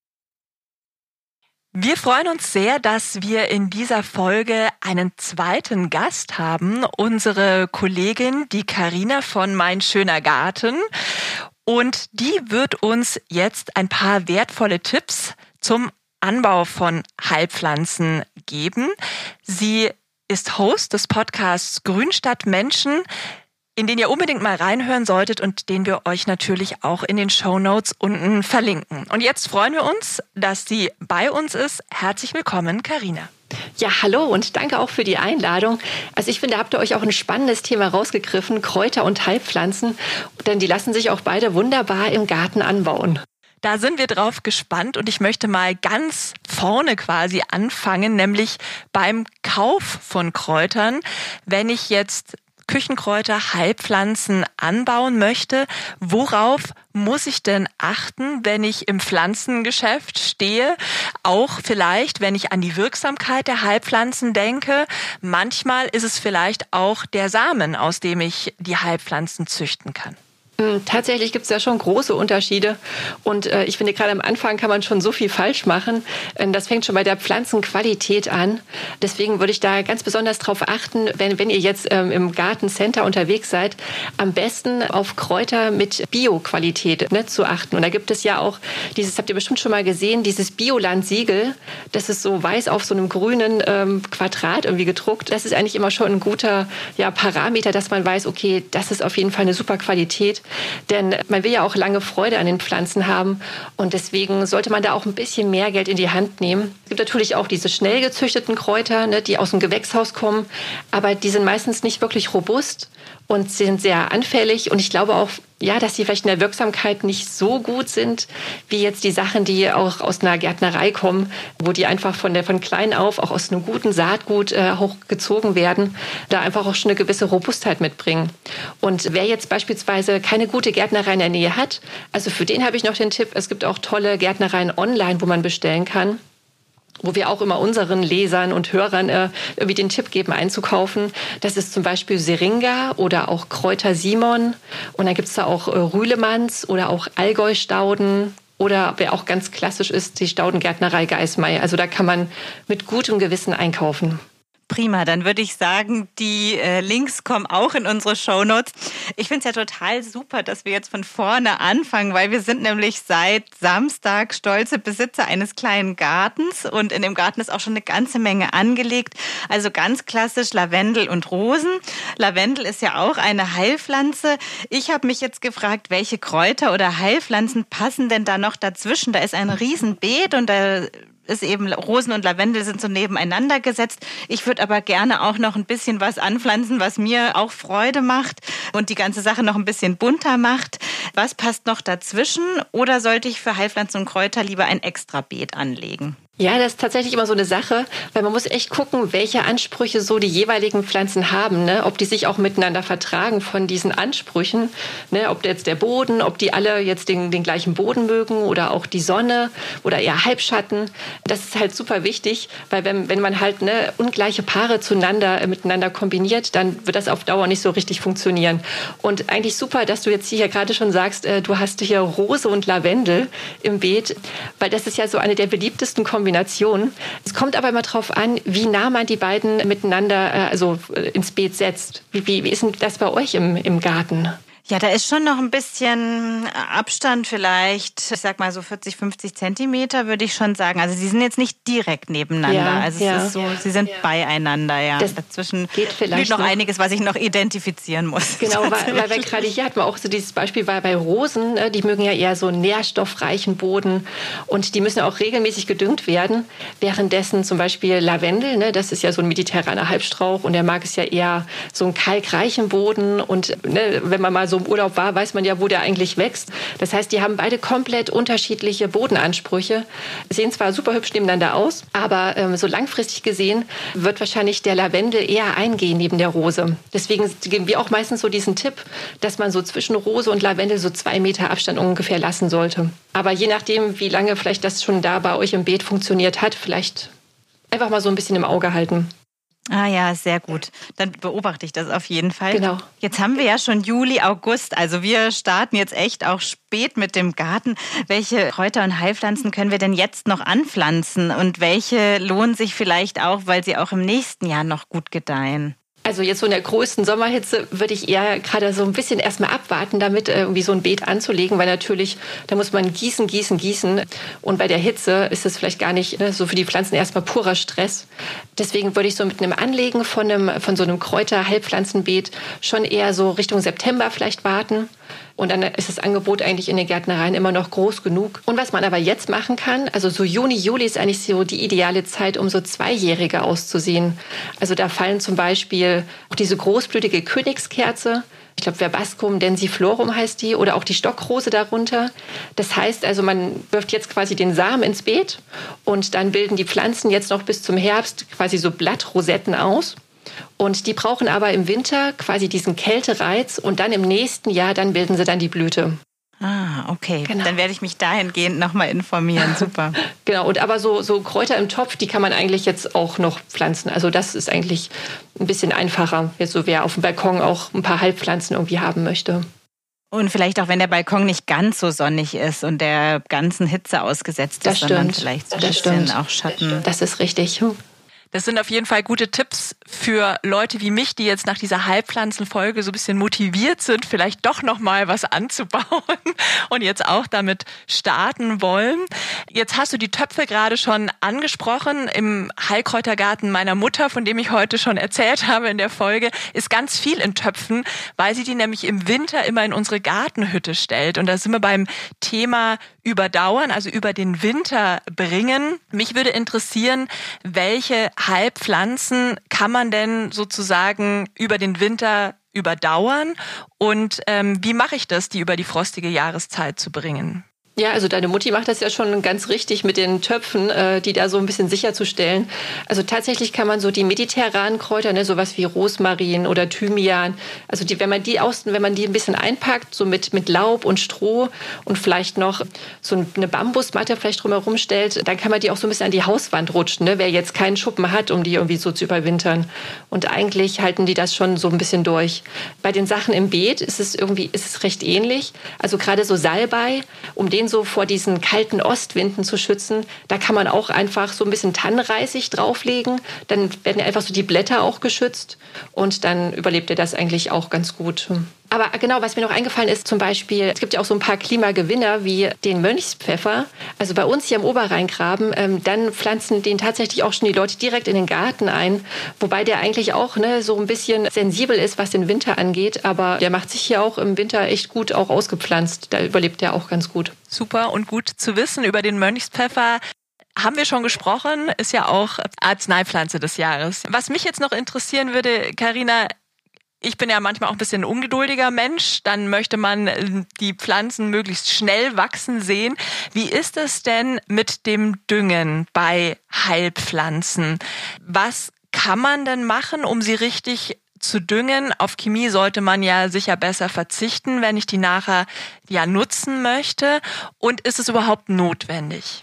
Wir freuen uns sehr, dass wir in dieser Folge einen zweiten Gast haben. Unsere Kollegin, die Carina von Mein Schöner Garten. Und die wird uns jetzt ein paar wertvolle Tipps zum Anbau von Heilpflanzen geben. Sie ist Host des Podcasts Grünstadt Menschen, in den ihr unbedingt mal reinhören solltet und den wir euch natürlich auch in den Shownotes unten verlinken. Und jetzt freuen wir uns, dass sie bei uns ist. Herzlich willkommen, Carina. Ja, hallo und danke auch für die Einladung. Also ich finde, habt ihr euch auch ein spannendes Thema rausgegriffen, Kräuter und Heilpflanzen, denn die lassen sich auch beide wunderbar im Garten anbauen. Da sind wir drauf gespannt und ich möchte mal ganz vorne quasi anfangen, nämlich beim Kauf von Kräutern. Wenn ich jetzt Küchenkräuter, Heilpflanzen anbauen möchte, worauf muss ich denn achten, wenn ich im Pflanzengeschäft stehe? Auch vielleicht, wenn ich an die Wirksamkeit der Heilpflanzen denke. Manchmal ist es vielleicht auch der Samen, aus dem ich die Heilpflanzen züchten kann. Tatsächlich gibt es da schon große Unterschiede und äh, ich finde, gerade am Anfang kann man schon so viel falsch machen. Äh, das fängt schon bei der Pflanzenqualität an. Deswegen würde ich da ganz besonders darauf achten, wenn, wenn ihr jetzt ähm, im Gartencenter unterwegs seid, am besten auf Kräuter mit Bio-Qualität ne, zu achten. Und da gibt es ja auch dieses, habt ihr bestimmt schon mal gesehen, dieses Bioland-Siegel. Das ist so weiß auf so einem grünen ähm, Quadrat irgendwie gedruckt. Das ist eigentlich immer schon ein guter ja, Parameter, dass man weiß, okay, das ist auf jeden Fall eine super Qualität. Denn man will ja auch lange Freude an den Pflanzen haben und deswegen sollte man da auch ein bisschen mehr Geld in die Hand nehmen. Es gibt natürlich auch diese schnell gezüchteten Kräuter, ne, die aus dem Gewächshaus kommen, aber die sind meistens nicht wirklich robust und sind sehr anfällig und ich glaube auch, ja, dass sie vielleicht in der Wirksamkeit nicht so gut sind, wie jetzt die Sachen, die auch aus einer Gärtnerei kommen, wo die einfach von der von klein auf auch aus einem guten Saatgut äh, hochgezogen werden, da einfach auch schon eine gewisse Robustheit mitbringen. Und wer jetzt beispielsweise keine gute Gärtnerei in der Nähe hat, also für den habe ich noch den Tipp, es gibt auch tolle Gärtnereien online, wo man bestellen kann, wo wir auch immer unseren Lesern und Hörern äh, irgendwie den Tipp geben, einzukaufen. Das ist zum Beispiel Syringa oder auch Kräuter Simon. Und dann gibt's da auch äh, Rühlemanns oder auch Allgäu-Stauden. Oder wer auch ganz klassisch ist, die Staudengärtnerei Geismay. Also da kann man mit gutem Gewissen einkaufen. Prima, dann würde ich sagen, die äh, Links kommen auch in unsere Shownotes. Ich finde es ja total super, dass wir jetzt von vorne anfangen, weil wir sind nämlich seit Samstag stolze Besitzer eines kleinen Gartens und in dem Garten ist auch schon eine ganze Menge angelegt. Also ganz klassisch Lavendel und Rosen. Lavendel ist ja auch eine Heilpflanze. Ich habe mich jetzt gefragt, welche Kräuter oder Heilpflanzen passen denn da noch dazwischen? Da ist ein Riesenbeet und da ist eben Rosen und Lavendel sind so nebeneinander gesetzt. Ich würde aber gerne auch noch ein bisschen was anpflanzen, was mir auch Freude macht und die ganze Sache noch ein bisschen bunter macht. Was passt noch dazwischen? Oder sollte ich für Heilpflanzen und Kräuter lieber ein Extrabeet anlegen? Ja, das ist tatsächlich immer so eine Sache, weil man muss echt gucken, welche Ansprüche so die jeweiligen Pflanzen haben, ne? Ob die sich auch miteinander vertragen von diesen Ansprüchen, ne? Ob jetzt der Boden, ob die alle jetzt den, den gleichen Boden mögen oder auch die Sonne oder eher Halbschatten. Das ist halt super wichtig, weil wenn, wenn man halt ne, ungleiche Paare zueinander äh, miteinander kombiniert, dann wird das auf Dauer nicht so richtig funktionieren. Und eigentlich super, dass du jetzt hier gerade schon sagst, äh, du hast hier Rose und Lavendel im Beet, weil das ist ja so eine der beliebtesten Kombinationen. Kombination. Es kommt aber immer darauf an, wie nah man die beiden miteinander äh, also, äh, ins Beet setzt. Wie, wie, wie ist denn das bei euch im, im Garten? Ja, da ist schon noch ein bisschen Abstand vielleicht, ich sag mal so vierzig, fünfzig Zentimeter, würde ich schon sagen. Also sie sind jetzt nicht direkt nebeneinander. Ja, also es ja. ist so, sie sind ja. beieinander, ja. Das Dazwischen geht vielleicht noch, noch einiges, was ich noch identifizieren muss. Genau, weil, weil wir gerade hier hatten wir auch so dieses Beispiel weil bei Rosen, die mögen ja eher so nährstoffreichen Boden und die müssen auch regelmäßig gedüngt werden. Währenddessen zum Beispiel Lavendel, ne, das ist ja so ein mediterraner Halbstrauch und der mag es ja eher so einen kalkreichen Boden und ne, wenn man mal so im Urlaub war, weiß man ja, wo der eigentlich wächst. Das heißt, die haben beide komplett unterschiedliche Bodenansprüche, sehen zwar super hübsch nebeneinander aus, aber ähm, so langfristig gesehen wird wahrscheinlich der Lavendel eher eingehen neben der Rose. Deswegen geben wir auch meistens so diesen Tipp, dass man so zwischen Rose und Lavendel so zwei Meter Abstand ungefähr lassen sollte. Aber je nachdem, wie lange vielleicht das schon da bei euch im Beet funktioniert hat, vielleicht einfach mal so ein bisschen im Auge halten. Ah ja, sehr gut. Dann beobachte ich das auf jeden Fall. Genau. Jetzt haben wir ja schon Juli, August. Also wir starten jetzt echt auch spät mit dem Garten. Welche Kräuter und Heilpflanzen können wir denn jetzt noch anpflanzen? Und welche lohnen sich vielleicht auch, weil sie auch im nächsten Jahr noch gut gedeihen? Also jetzt so in der größten Sommerhitze würde ich eher gerade so ein bisschen erstmal abwarten, damit irgendwie so ein Beet anzulegen, weil natürlich, da muss man gießen, gießen, gießen. Und bei der Hitze ist das vielleicht gar nicht ne, so für die Pflanzen erstmal purer Stress. Deswegen würde ich so mit einem Anlegen von, einem, von so einem Kräuter-Heilpflanzenbeet schon eher so Richtung September vielleicht warten. Und dann ist das Angebot eigentlich in den Gärtnereien immer noch groß genug. Und was man aber jetzt machen kann, also so Juni, Juli ist eigentlich so die ideale Zeit, um so Zweijährige auszusehen. Also da fallen zum Beispiel auch diese großblütige Königskerze, ich glaube Verbascum densiflorum heißt die, oder auch die Stockrose darunter. Das heißt also, man wirft jetzt quasi den Samen ins Beet und dann bilden die Pflanzen jetzt noch bis zum Herbst quasi so Blattrosetten aus. Und die brauchen aber im Winter quasi diesen Kältereiz und dann im nächsten Jahr, dann bilden sie dann die Blüte. Ah, okay. Genau. Dann werde ich mich dahingehend nochmal informieren. Super. Genau, und aber so, so Kräuter im Topf, die kann man eigentlich jetzt auch noch pflanzen. Also das ist eigentlich ein bisschen einfacher, jetzt so wer auf dem Balkon auch ein paar Heilpflanzen irgendwie haben möchte. Und vielleicht auch, wenn der Balkon nicht ganz so sonnig ist und der ganzen Hitze ausgesetzt das ist, stimmt. sondern vielleicht so ein das bisschen stimmt. auch Schatten. Das ist richtig. Das sind auf jeden Fall gute Tipps für Leute wie mich, die jetzt nach dieser Heilpflanzenfolge so ein bisschen motiviert sind, vielleicht doch noch mal was anzubauen und jetzt auch damit starten wollen. Jetzt hast du die Töpfe gerade schon angesprochen. Im Heilkräutergarten meiner Mutter, von dem ich heute schon erzählt habe in der Folge, ist ganz viel in Töpfen, weil sie die nämlich im Winter immer in unsere Gartenhütte stellt. Und da sind wir beim Thema überdauern, also über den Winter bringen. Mich würde interessieren, welche Heilpflanzen kann man denn sozusagen über den Winter überdauern? Und ähm, wie mache ich das, die über die frostige Jahreszeit zu bringen? Ja, also deine Mutti macht das ja schon ganz richtig mit den Töpfen, äh, die da so ein bisschen sicherzustellen. Also tatsächlich kann man so die mediterranen Kräuter, ne, sowas wie Rosmarin oder Thymian, also die, wenn man die außen, wenn man die ein bisschen einpackt, so mit mit Laub und Stroh und vielleicht noch so eine Bambusmatte vielleicht drumherum stellt, dann kann man die auch so ein bisschen an die Hauswand rutschen, ne, wer jetzt keinen Schuppen hat, um die irgendwie so zu überwintern. Und eigentlich halten die das schon so ein bisschen durch. Bei den Sachen im Beet ist es irgendwie, ist es recht ähnlich. Also gerade so Salbei, um den so vor diesen kalten Ostwinden zu schützen, da kann man auch einfach so ein bisschen Tannenreisig drauflegen. Dann werden einfach so die Blätter auch geschützt und dann überlebt er das eigentlich auch ganz gut. Aber genau, was mir noch eingefallen ist, zum Beispiel, es gibt ja auch so ein paar Klimagewinner wie den Mönchspfeffer. Also bei uns hier im Oberrheingraben, ähm, dann pflanzen den tatsächlich auch schon die Leute direkt in den Garten ein. Wobei der eigentlich auch ne, so ein bisschen sensibel ist, was den Winter angeht. Aber der macht sich hier auch im Winter echt gut auch ausgepflanzt. Da überlebt der auch ganz gut. Super und gut zu wissen über den Mönchspfeffer. Haben wir schon gesprochen, ist ja auch Arzneipflanze des Jahres. Was mich jetzt noch interessieren würde, Carina, ich bin ja manchmal auch ein bisschen ein ungeduldiger Mensch. Dann möchte man die Pflanzen möglichst schnell wachsen sehen. Wie ist es denn mit dem Düngen bei Heilpflanzen? Was kann man denn machen, um sie richtig zu düngen? Auf Chemie sollte man ja sicher besser verzichten, wenn ich die nachher ja nutzen möchte. Und ist es überhaupt notwendig?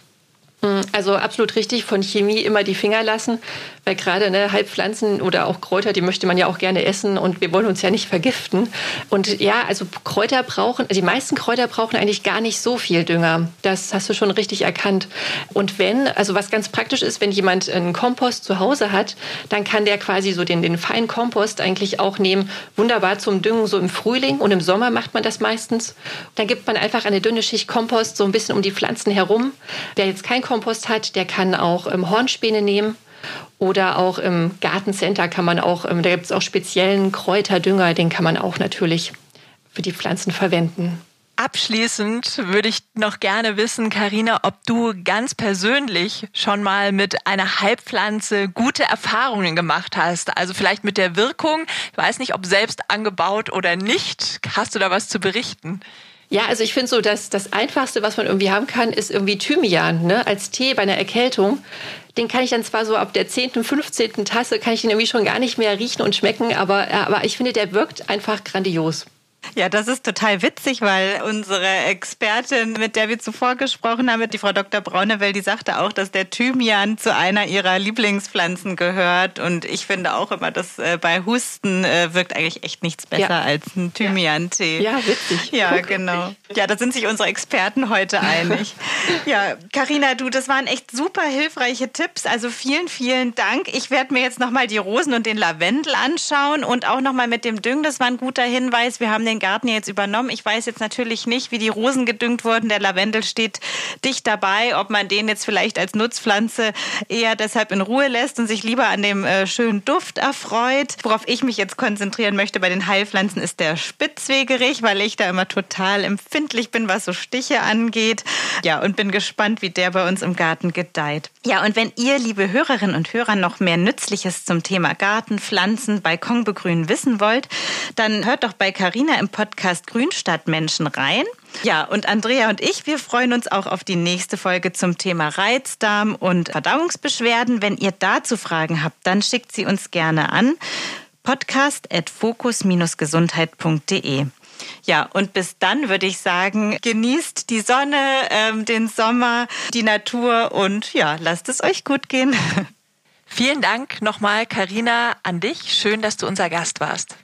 Also absolut richtig, von Chemie immer die Finger lassen, weil gerade ne, Heilpflanzen oder auch Kräuter, die möchte man ja auch gerne essen und wir wollen uns ja nicht vergiften. Und ja, also Kräuter brauchen, die meisten Kräuter brauchen eigentlich gar nicht so viel Dünger. Das hast du schon richtig erkannt. Und wenn, also was ganz praktisch ist, wenn jemand einen Kompost zu Hause hat, dann kann der quasi so den, den feinen Kompost eigentlich auch nehmen, wunderbar zum Düngen, so im Frühling und im Sommer macht man das meistens. Dann gibt man einfach eine dünne Schicht Kompost so ein bisschen um die Pflanzen herum. Wer jetzt kein Kompost hat, der kann auch ähm, Hornspäne nehmen oder auch im Gartencenter kann man auch, ähm, da gibt es auch speziellen Kräuterdünger, den kann man auch natürlich für die Pflanzen verwenden. Abschließend würde ich noch gerne wissen, Carina, ob du ganz persönlich schon mal mit einer Heilpflanze gute Erfahrungen gemacht hast. Also vielleicht mit der Wirkung, ich weiß nicht, ob selbst angebaut oder nicht. Hast du da was zu berichten? Ja, also ich finde so, dass das Einfachste, was man irgendwie haben kann, ist irgendwie Thymian, ne? Als Tee bei einer Erkältung. Den kann ich dann zwar so ab der zehnten, fünfzehnten Tasse, kann ich den irgendwie schon gar nicht mehr riechen und schmecken, aber, aber ich finde, der wirkt einfach grandios. Ja, das ist total witzig, weil unsere Expertin, mit der wir zuvor gesprochen haben, die Frau Doktor Braunewell, die sagte auch, dass der Thymian zu einer ihrer Lieblingspflanzen gehört. Und ich finde auch immer, dass äh, bei Husten äh, wirkt eigentlich echt nichts besser ja. als ein Thymian-Tee. Ja, witzig. Ja, genau. Ja, da sind sich unsere Experten heute einig. Ja, Carina, du, das waren echt super hilfreiche Tipps. Also vielen, vielen Dank. Ich werde mir jetzt nochmal die Rosen und den Lavendel anschauen und auch nochmal mit dem Düngen. Das war ein guter Hinweis. Wir haben den Garten jetzt übernommen. Ich weiß jetzt natürlich nicht, wie die Rosen gedüngt wurden. Der Lavendel steht dicht dabei, ob man den jetzt vielleicht als Nutzpflanze eher deshalb in Ruhe lässt und sich lieber an dem äh, schönen Duft erfreut. Worauf ich mich jetzt konzentrieren möchte bei den Heilpflanzen ist der Spitzwegerich, weil ich da immer total empfindlich bin, was so Stiche angeht. Ja, und bin gespannt, wie der bei uns im Garten gedeiht. Ja, und wenn ihr, liebe Hörerinnen und Hörer, noch mehr Nützliches zum Thema Garten, Pflanzen, Balkonbegrünen wissen wollt, dann hört doch bei Carina im Podcast Grünstadtmenschen rein. Ja, und Andrea und ich, wir freuen uns auch auf die nächste Folge zum Thema Reizdarm und Verdauungsbeschwerden. Wenn ihr dazu Fragen habt, dann schickt sie uns gerne an podcast at focus dash gesundheit punkt de. Ja, und bis dann würde ich sagen, genießt die Sonne, ähm, den Sommer, die Natur und ja, lasst es euch gut gehen. Vielen Dank nochmal, Carina, an dich. Schön, dass du unser Gast warst.